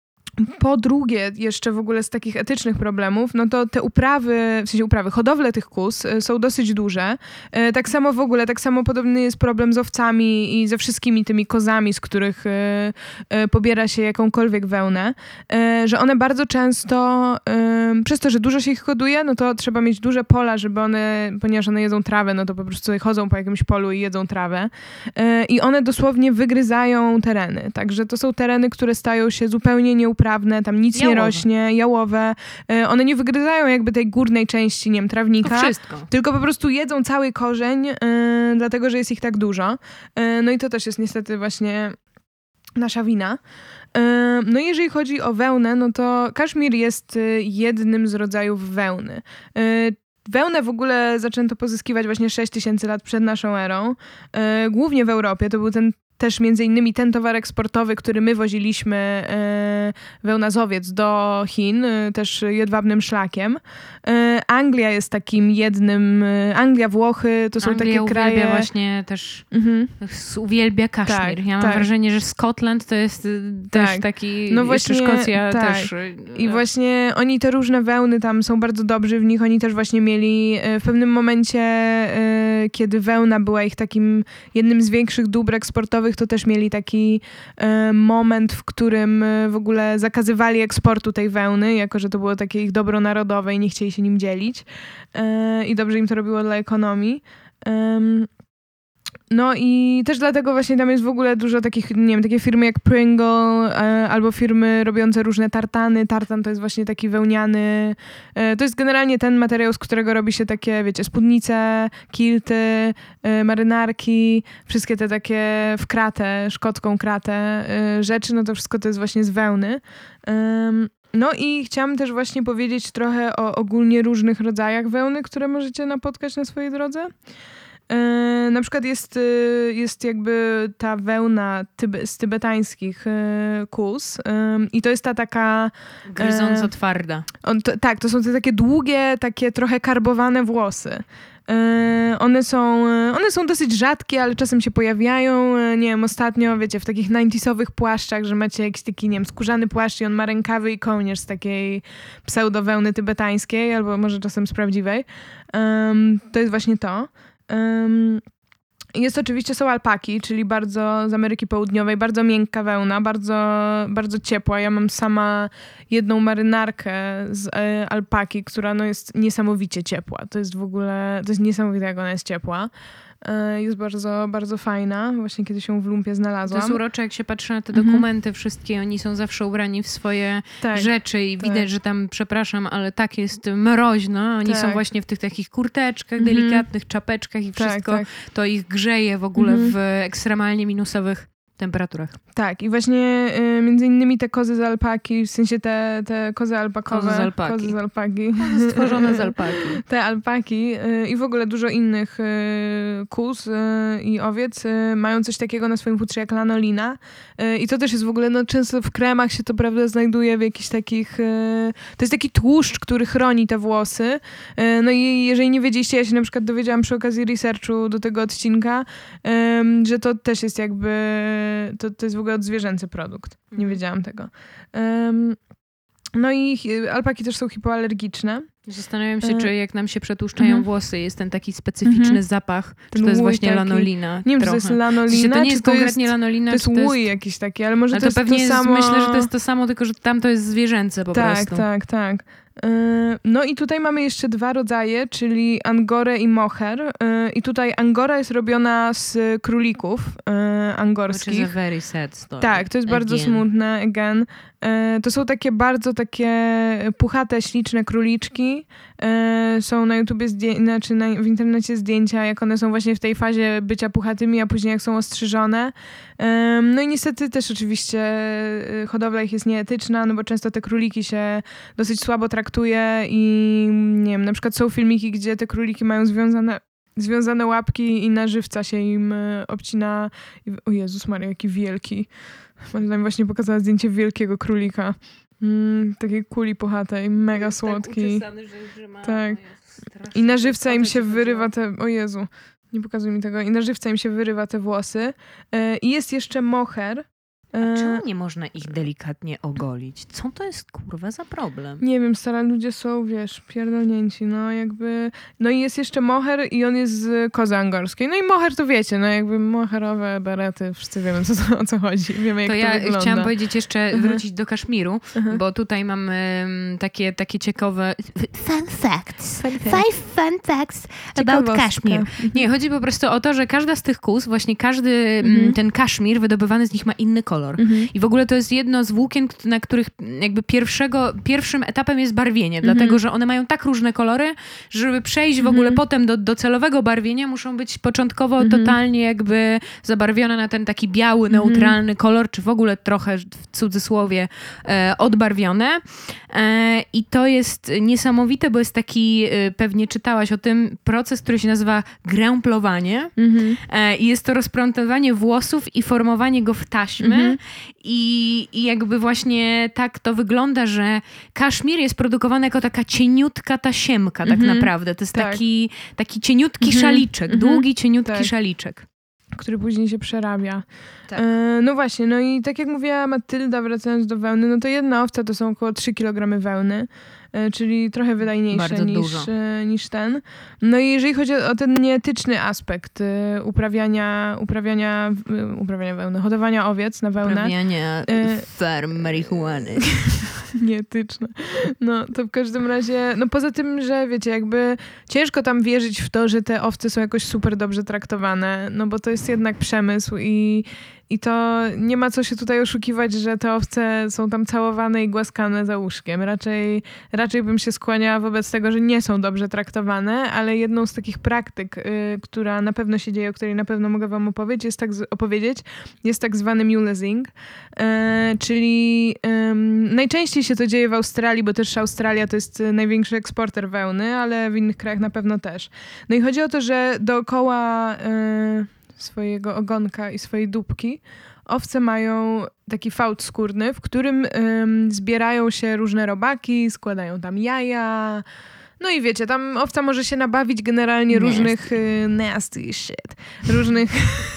Po drugie, jeszcze w ogóle z takich etycznych problemów, no to te uprawy, w sensie uprawy, hodowle tych kóz y, są dosyć duże. Y, Tak samo w ogóle, tak samo podobny jest problem z owcami i ze wszystkimi tymi kozami, z których y, y, pobiera się jakąkolwiek wełnę, y, że one bardzo często, y, przez to, że dużo się ich hoduje, no to trzeba mieć duże pola, żeby one, ponieważ one jedzą trawę, no to po prostu sobie chodzą po jakimś polu i jedzą trawę. Y, I one dosłownie wygryzają tereny. Także to są tereny, które stają się zupełnie nieuprawne, tam nic Jałowe. nie rośnie, jałowe. Y, One nie wygryzają jakby tej górnej części, nie wiem, To trawnika, wszystko. tylko po prostu jedzą cały korzeń, y, dlatego, że jest ich tak dużo. Y, No i to też jest niestety właśnie nasza wina. Y, No i jeżeli chodzi o wełnę, no to kaszmir jest y, jednym z rodzajów wełny. Y, Wełnę w ogóle zaczęto pozyskiwać właśnie sześć tysięcy lat przed naszą erą. Y, Głównie w Europie. To był ten też między innymi ten towar eksportowy, który my woziliśmy, e, wełna z owiec do Chin, e, też jedwabnym szlakiem. E, Anglia jest takim jednym, e, Anglia, Włochy, to są Anglia takie uwielbia kraje... właśnie też, Mhm. uwielbia kaszmir. Tak, ja mam tak. wrażenie, że Scotland to jest y, też Tak. taki, No jeszcze właśnie, Szkocja tak. też. y, I właśnie oni te różne wełny tam są bardzo dobrzy w nich. Oni też właśnie mieli e, w pewnym momencie, e, kiedy wełna była ich takim jednym z większych dóbr eksportowych, to też mieli taki e, moment, w którym e, w ogóle zakazywali eksportu tej wełny, jako że to było takie ich dobro narodowe i nie chcieli się nim dzielić. E, I dobrze im to robiło dla ekonomii. Em, No i też dlatego właśnie tam jest w ogóle dużo takich, nie wiem, takie firmy jak Pringle e, albo firmy robiące różne tartany. Tartan to jest właśnie taki wełniany, e, to jest generalnie ten materiał, z którego robi się takie, wiecie, spódnice, kilty, e, marynarki, wszystkie te takie w kratę, szkocką kratę e, rzeczy, no to wszystko to jest właśnie z wełny. Em, No i chciałam też właśnie powiedzieć trochę o ogólnie różnych rodzajach wełny, które możecie napotkać na swojej drodze. E, na przykład jest, e, jest jakby ta wełna tybe, z tybetańskich e, kóz e, i to jest ta taka... Gryząco e, twarda. on, to, tak, to są te takie długie, takie trochę karbowane włosy. E, one, są, e, one są dosyć rzadkie, ale czasem się pojawiają. E, nie wiem, ostatnio, wiecie, w takich dziewięćdziesiątowych płaszczach, że macie jakiś taki, nie wiem, skórzany płaszcz i on ma rękawy i kołnierz z takiej pseudowełny tybetańskiej, albo może czasem z prawdziwej. Um, to jest właśnie to. Um, jest oczywiście, są alpaki, czyli bardzo z Ameryki Południowej, bardzo miękka wełna, bardzo, bardzo ciepła. Ja mam sama jedną marynarkę z e, alpaki, która no, jest niesamowicie ciepła. To jest w ogóle, to jest niesamowite, jak ona jest ciepła. E, jest bardzo, bardzo fajna. Właśnie kiedy się w lumpie To znalazłam. jest urocze, jak się patrzy na te Mhm. dokumenty wszystkie, oni są zawsze ubrani w swoje Tak. rzeczy i tak. widać, że tam, przepraszam, ale tak jest mroźno. Oni są Tak. właśnie w tych takich kurteczkach, Mhm. delikatnych czapeczkach i Tak, wszystko tak. to ich grzeje w ogóle Mhm. w ekstremalnie minusowych temperaturach. Tak, i właśnie y, między innymi te kozy z alpaki, w sensie te, te kozy alpakowe. Kozy z alpaki. Kozy z alpaki. Kozy stworzone z alpaki. Te alpaki y, i w ogóle dużo innych y, kóz y, i owiec y, mają coś takiego na swoim futrze jak lanolina. Y, I to też jest w ogóle, no często w kremach się to prawda znajduje w jakichś takich... Y, to jest taki tłuszcz, który chroni te włosy. Y, no i jeżeli nie wiedzieliście, ja się na przykład dowiedziałam przy okazji researchu do tego odcinka, y, że to też jest jakby... To, to jest w ogóle odzwierzęcy produkt. Nie wiedziałam tego. Um, no i hi- alpaki też są hipoalergiczne. Zastanawiam się, czy jak nam się przetłuszczają Mhm. włosy, jest ten taki specyficzny Mhm. zapach, czy Ten to jest łój właśnie taki. lanolina. Nie wiem, trochę. czy to jest lanolina, W sensie, to nie jest czy to konkretnie jest, lanolina, to jest czy to jest... łój jakiś taki, ale może Ale to, to jest pewnie to jest, samo... myślę, że to jest to samo, tylko że tam to jest zwierzęce po tak, prostu. Tak, tak, tak. No i tutaj mamy jeszcze dwa rodzaje, czyli angorę i moher. I tutaj angora jest robiona z królików angorskich. Which is a very sad story. Tak, to jest bardzo Again. smutne, again. To są takie bardzo takie puchate, śliczne króliczki. Są na YouTubie, zdję- znaczy na, w internecie zdjęcia, jak one są właśnie w tej fazie bycia puchatymi, a później jak są ostrzyżone. No i niestety też oczywiście hodowla ich jest nieetyczna, no bo często te króliki się dosyć słabo traktuje i nie wiem, na przykład są filmiki, gdzie te króliki mają związane związane łapki i na żywca się im obcina. O Jezus Maria, jaki wielki. Madeleine właśnie pokazała zdjęcie wielkiego królika. Mm, takiej kuli puchatej, mega Jest słodki. Tak, uczesany, że, że ma, Tak. no jest strasznie. I na żywca im Potem się zobaczyłam. wyrywa te... O Jezu, nie pokazuj mi tego. I na żywca im się wyrywa te włosy. E, I jest jeszcze moher. E, Czemu nie można ich delikatnie ogolić? Co to jest kurwa za problem? Nie wiem, stara ludzie są, wiesz, pierdolnięci, no jakby... No i jest jeszcze moher i on jest z kozy angorskiej. No i moher to wiecie, no jakby moherowe berety, wszyscy wiemy co, to, o co chodzi, wiemy jak To to, ja wygląda. chciałam powiedzieć jeszcze, Mhm. wrócić do Kaszmiru, Mhm. bo tutaj mam um, takie, takie ciekawe fun facts. Fun fact. Five fun facts about Ciekawostka. Kaszmir. Nie, chodzi po prostu o to, że każda z tych kóz, właśnie każdy Mhm. mm, ten Kaszmir, wydobywany z nich ma inny kolor. Mhm. I w ogóle to jest jedno z włókien, na których jakby pierwszego, pierwszym etapem jest barwienie, Mhm. dlatego że one mają tak różne kolory, że żeby przejść w ogóle Mhm. potem do docelowego barwienia, muszą być początkowo Mhm. totalnie jakby zabarwione na ten taki biały, Mhm. neutralny kolor, czy w ogóle trochę w cudzysłowie e, odbarwione. E, I to jest niesamowite, bo jest taki, e, pewnie czytałaś o tym, proces, który się nazywa gręplowanie. Mhm. E, I jest to rozplątywanie włosów i formowanie go w taśmy. Mhm. I, I jakby właśnie tak to wygląda, że kaszmir jest produkowany jako taka cieniutka tasiemka tak Mhm. naprawdę. To jest Tak. taki, taki cieniutki Mhm. szaliczek, Mhm. długi, cieniutki Tak. szaliczek. Który później się przerabia. Tak. E, no właśnie, no i tak jak mówiła Matylda, wracając do wełny, no to jedna owca to są około trzy kilogramy wełny, e, czyli trochę wydajniejsze Bardzo niż, dużo. e, niż ten. No i jeżeli chodzi o, o ten nieetyczny aspekt e, uprawiania, uprawiania, e, uprawiania wełny, hodowania owiec na wełnę. Uprawiania E, farm marihuany. Nieetyczne. No to w każdym razie, no poza tym, że wiecie, jakby ciężko tam wierzyć w to, że te owce są jakoś super dobrze traktowane, no bo to jest jednak przemysł i, i to nie ma co się tutaj oszukiwać, że te owce są tam całowane i głaskane za łóżkiem. Raczej, raczej bym się skłaniała wobec tego, że nie są dobrze traktowane, ale jedną z takich praktyk, y, która na pewno się dzieje, o której na pewno mogę wam opowiedzieć, jest tak, z, opowiedzieć, jest tak zwany mulesing, y, czyli y, najczęściej się to dzieje w Australii, bo też Australia to jest największy eksporter wełny, ale w innych krajach na pewno też. No i chodzi o to, że dookoła y, swojego ogonka i swojej dupki owce mają taki fałd skórny, w którym ym, zbierają się różne robaki, składają tam jaja. No i wiecie, tam owca może się nabawić generalnie Nasty. różnych y, nasty shit, różnych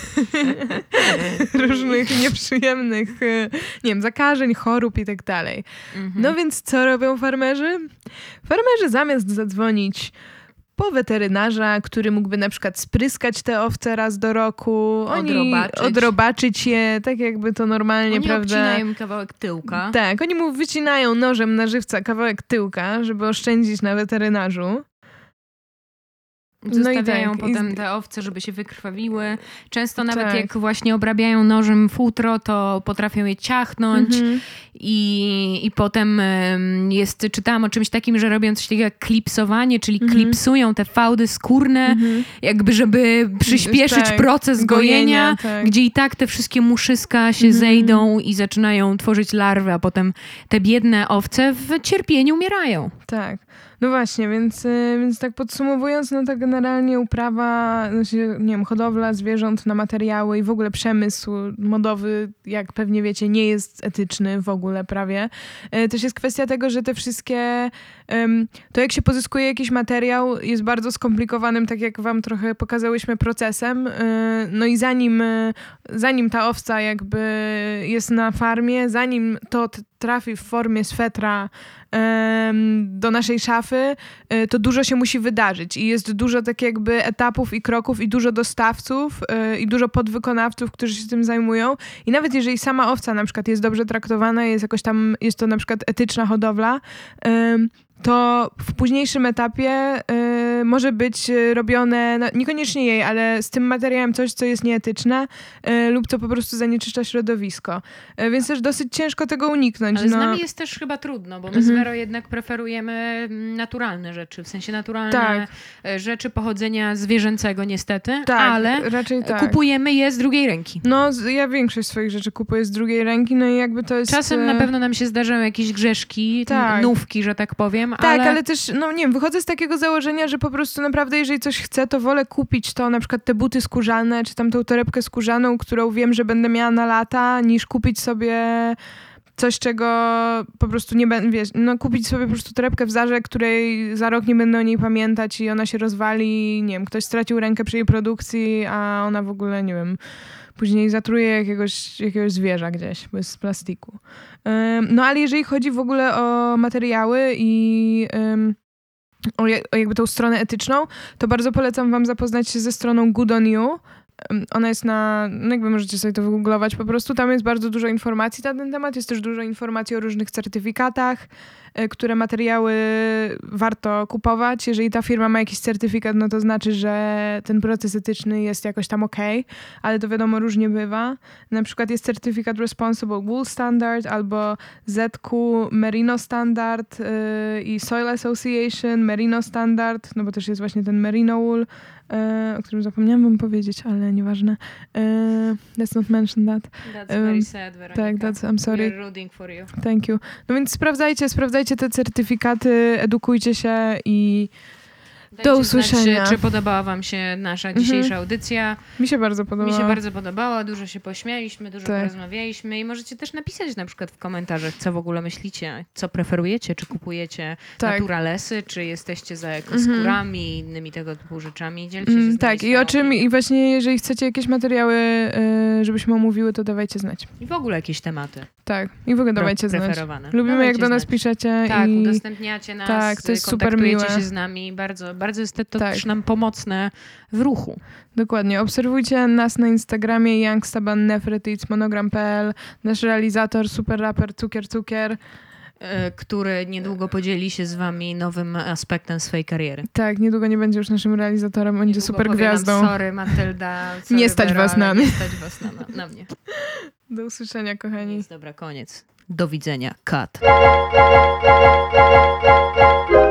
różnych nieprzyjemnych, y, nie wiem, zakażeń, chorób i tak dalej. Mhm. No więc co robią farmerzy? Farmerzy zamiast zadzwonić po weterynarza, który mógłby na przykład spryskać te owce raz do roku, oni Odrobaczyć. odrobaczyć je, tak jakby to normalnie, Oni prawda? obcinają im kawałek tyłka. Tak, oni mu wycinają nożem na żywca kawałek tyłka, żeby oszczędzić na weterynarzu. Zostawiają no i tak, potem i... te owce, żeby się wykrwawiły. Często nawet tak. jak właśnie obrabiają nożem futro, to potrafią je ciachnąć mhm. i, i potem jest, czytałam o czymś takim, że robią coś takiego jak klipsowanie, czyli mhm. klipsują te fałdy skórne, mhm. jakby żeby przyspieszyć tak. proces gojenia, gojenia tak. gdzie i tak te wszystkie muszyska się mhm. zejdą i zaczynają tworzyć larwy, a potem te biedne owce w cierpieniu umierają. Tak. No właśnie, więc, więc tak podsumowując, no to generalnie uprawa, znaczy, nie wiem, hodowla zwierząt na materiały i w ogóle przemysł modowy, jak pewnie wiecie, nie jest etyczny w ogóle prawie. Też jest kwestia tego, że te wszystkie, to jak się pozyskuje jakiś materiał jest bardzo skomplikowanym, tak jak wam trochę pokazałyśmy, procesem. No i zanim, zanim ta owca jakby jest na farmie, zanim to trafi w formie swetra do naszej szafy, to dużo się musi wydarzyć i jest dużo tak jakby etapów i kroków i dużo dostawców i dużo podwykonawców, którzy się tym zajmują i nawet jeżeli sama owca na przykład jest dobrze traktowana, jest jakoś tam, jest to na przykład etyczna hodowla, to w późniejszym etapie y, może być robione, no, niekoniecznie jej, ale z tym materiałem coś, co jest nieetyczne y, lub co po prostu zanieczyszcza środowisko. Y, więc też dosyć ciężko tego uniknąć. Ale no. z nami jest też chyba trudno, bo my mm-hmm. z Vero jednak preferujemy naturalne rzeczy, w sensie naturalne tak. rzeczy pochodzenia zwierzęcego niestety, tak, ale raczej tak. kupujemy je z drugiej ręki. No, ja większość swoich rzeczy kupuję z drugiej ręki, no i jakby to jest... Czasem na pewno nam się zdarzają jakieś grzeszki, tak. nówki, że tak powiem, Tak, ale... ale też, no nie wiem, wychodzę z takiego założenia, że po prostu naprawdę, jeżeli coś chcę, to wolę kupić to, na przykład te buty skórzane, czy tam tą torebkę skórzaną, którą wiem, że będę miała na lata, niż kupić sobie coś, czego po prostu nie będę, wiesz, no kupić sobie po prostu torebkę w Zarze, której za rok nie będę o niej pamiętać i ona się rozwali, nie wiem, ktoś stracił rękę przy jej produkcji, a ona w ogóle, nie wiem, później zatruje jakiegoś, jakiegoś zwierza gdzieś, bo jest z plastiku. Um, no ale jeżeli chodzi w ogóle o materiały i um, o, o jakby tą stronę etyczną, to bardzo polecam wam zapoznać się ze stroną Good on You. Um, ona jest na, no jakby możecie sobie to wygooglować po prostu, tam jest bardzo dużo informacji na ten temat, jest też dużo informacji o różnych certyfikatach, które materiały warto kupować. Jeżeli ta firma ma jakiś certyfikat, no to znaczy, że ten proces etyczny jest jakoś tam okej, okay, ale to wiadomo różnie bywa. Na przykład jest certyfikat Responsible Wool Standard albo Z Q Merino Standard yy, i Soil Association Merino Standard, no bo też jest właśnie ten Merino Wool, yy, o którym zapomniałam wam powiedzieć, ale nieważne. Yy, let's not mention that. That's very sad, Weronika. Tak, that's, I'm sorry. We're rooting for you. Thank you. No więc sprawdzajcie, sprawdzajcie te certyfikaty, edukujcie się i dajcie do usłyszenia. Znać, czy podobała wam się nasza dzisiejsza mhm. audycja. Mi się bardzo podobała. Mi się bardzo podobała, dużo się pośmialiśmy, dużo tak. porozmawialiśmy i możecie też napisać na przykład w komentarzach, co w ogóle myślicie, co preferujecie, czy kupujecie tak. naturalesy, czy jesteście za ekoskórami i mhm. innymi tego typu rzeczami. Dzielcie się mm, z Tak, i o czym, i właśnie jeżeli chcecie jakieś materiały, yy, żebyśmy omówiły, to dawajcie znać. I w ogóle jakieś tematy. Tak, i w ogóle dawajcie znać. Lubimy, dawajcie jak do nas znać. piszecie. Tak, i... udostępniacie nas, tak, to jest super miłe. się z nami, bardzo, bardzo jest to tak. też nam pomocne w ruchu. Dokładnie. Obserwujcie nas na Instagramie youngstaban nefretic monogram kropka p l. Nasz realizator, super raper Cukier Cukier, który niedługo podzieli się z wami nowym aspektem swojej kariery. Tak, niedługo nie będzie już naszym realizatorem, będzie niedługo super gwiazdą. Nam, sorry Matylda, sorry nie stać Vero, was na mnie. Nie stać was na, na mnie. Do usłyszenia, kochani. Jest dobra, koniec. Do widzenia. Cut.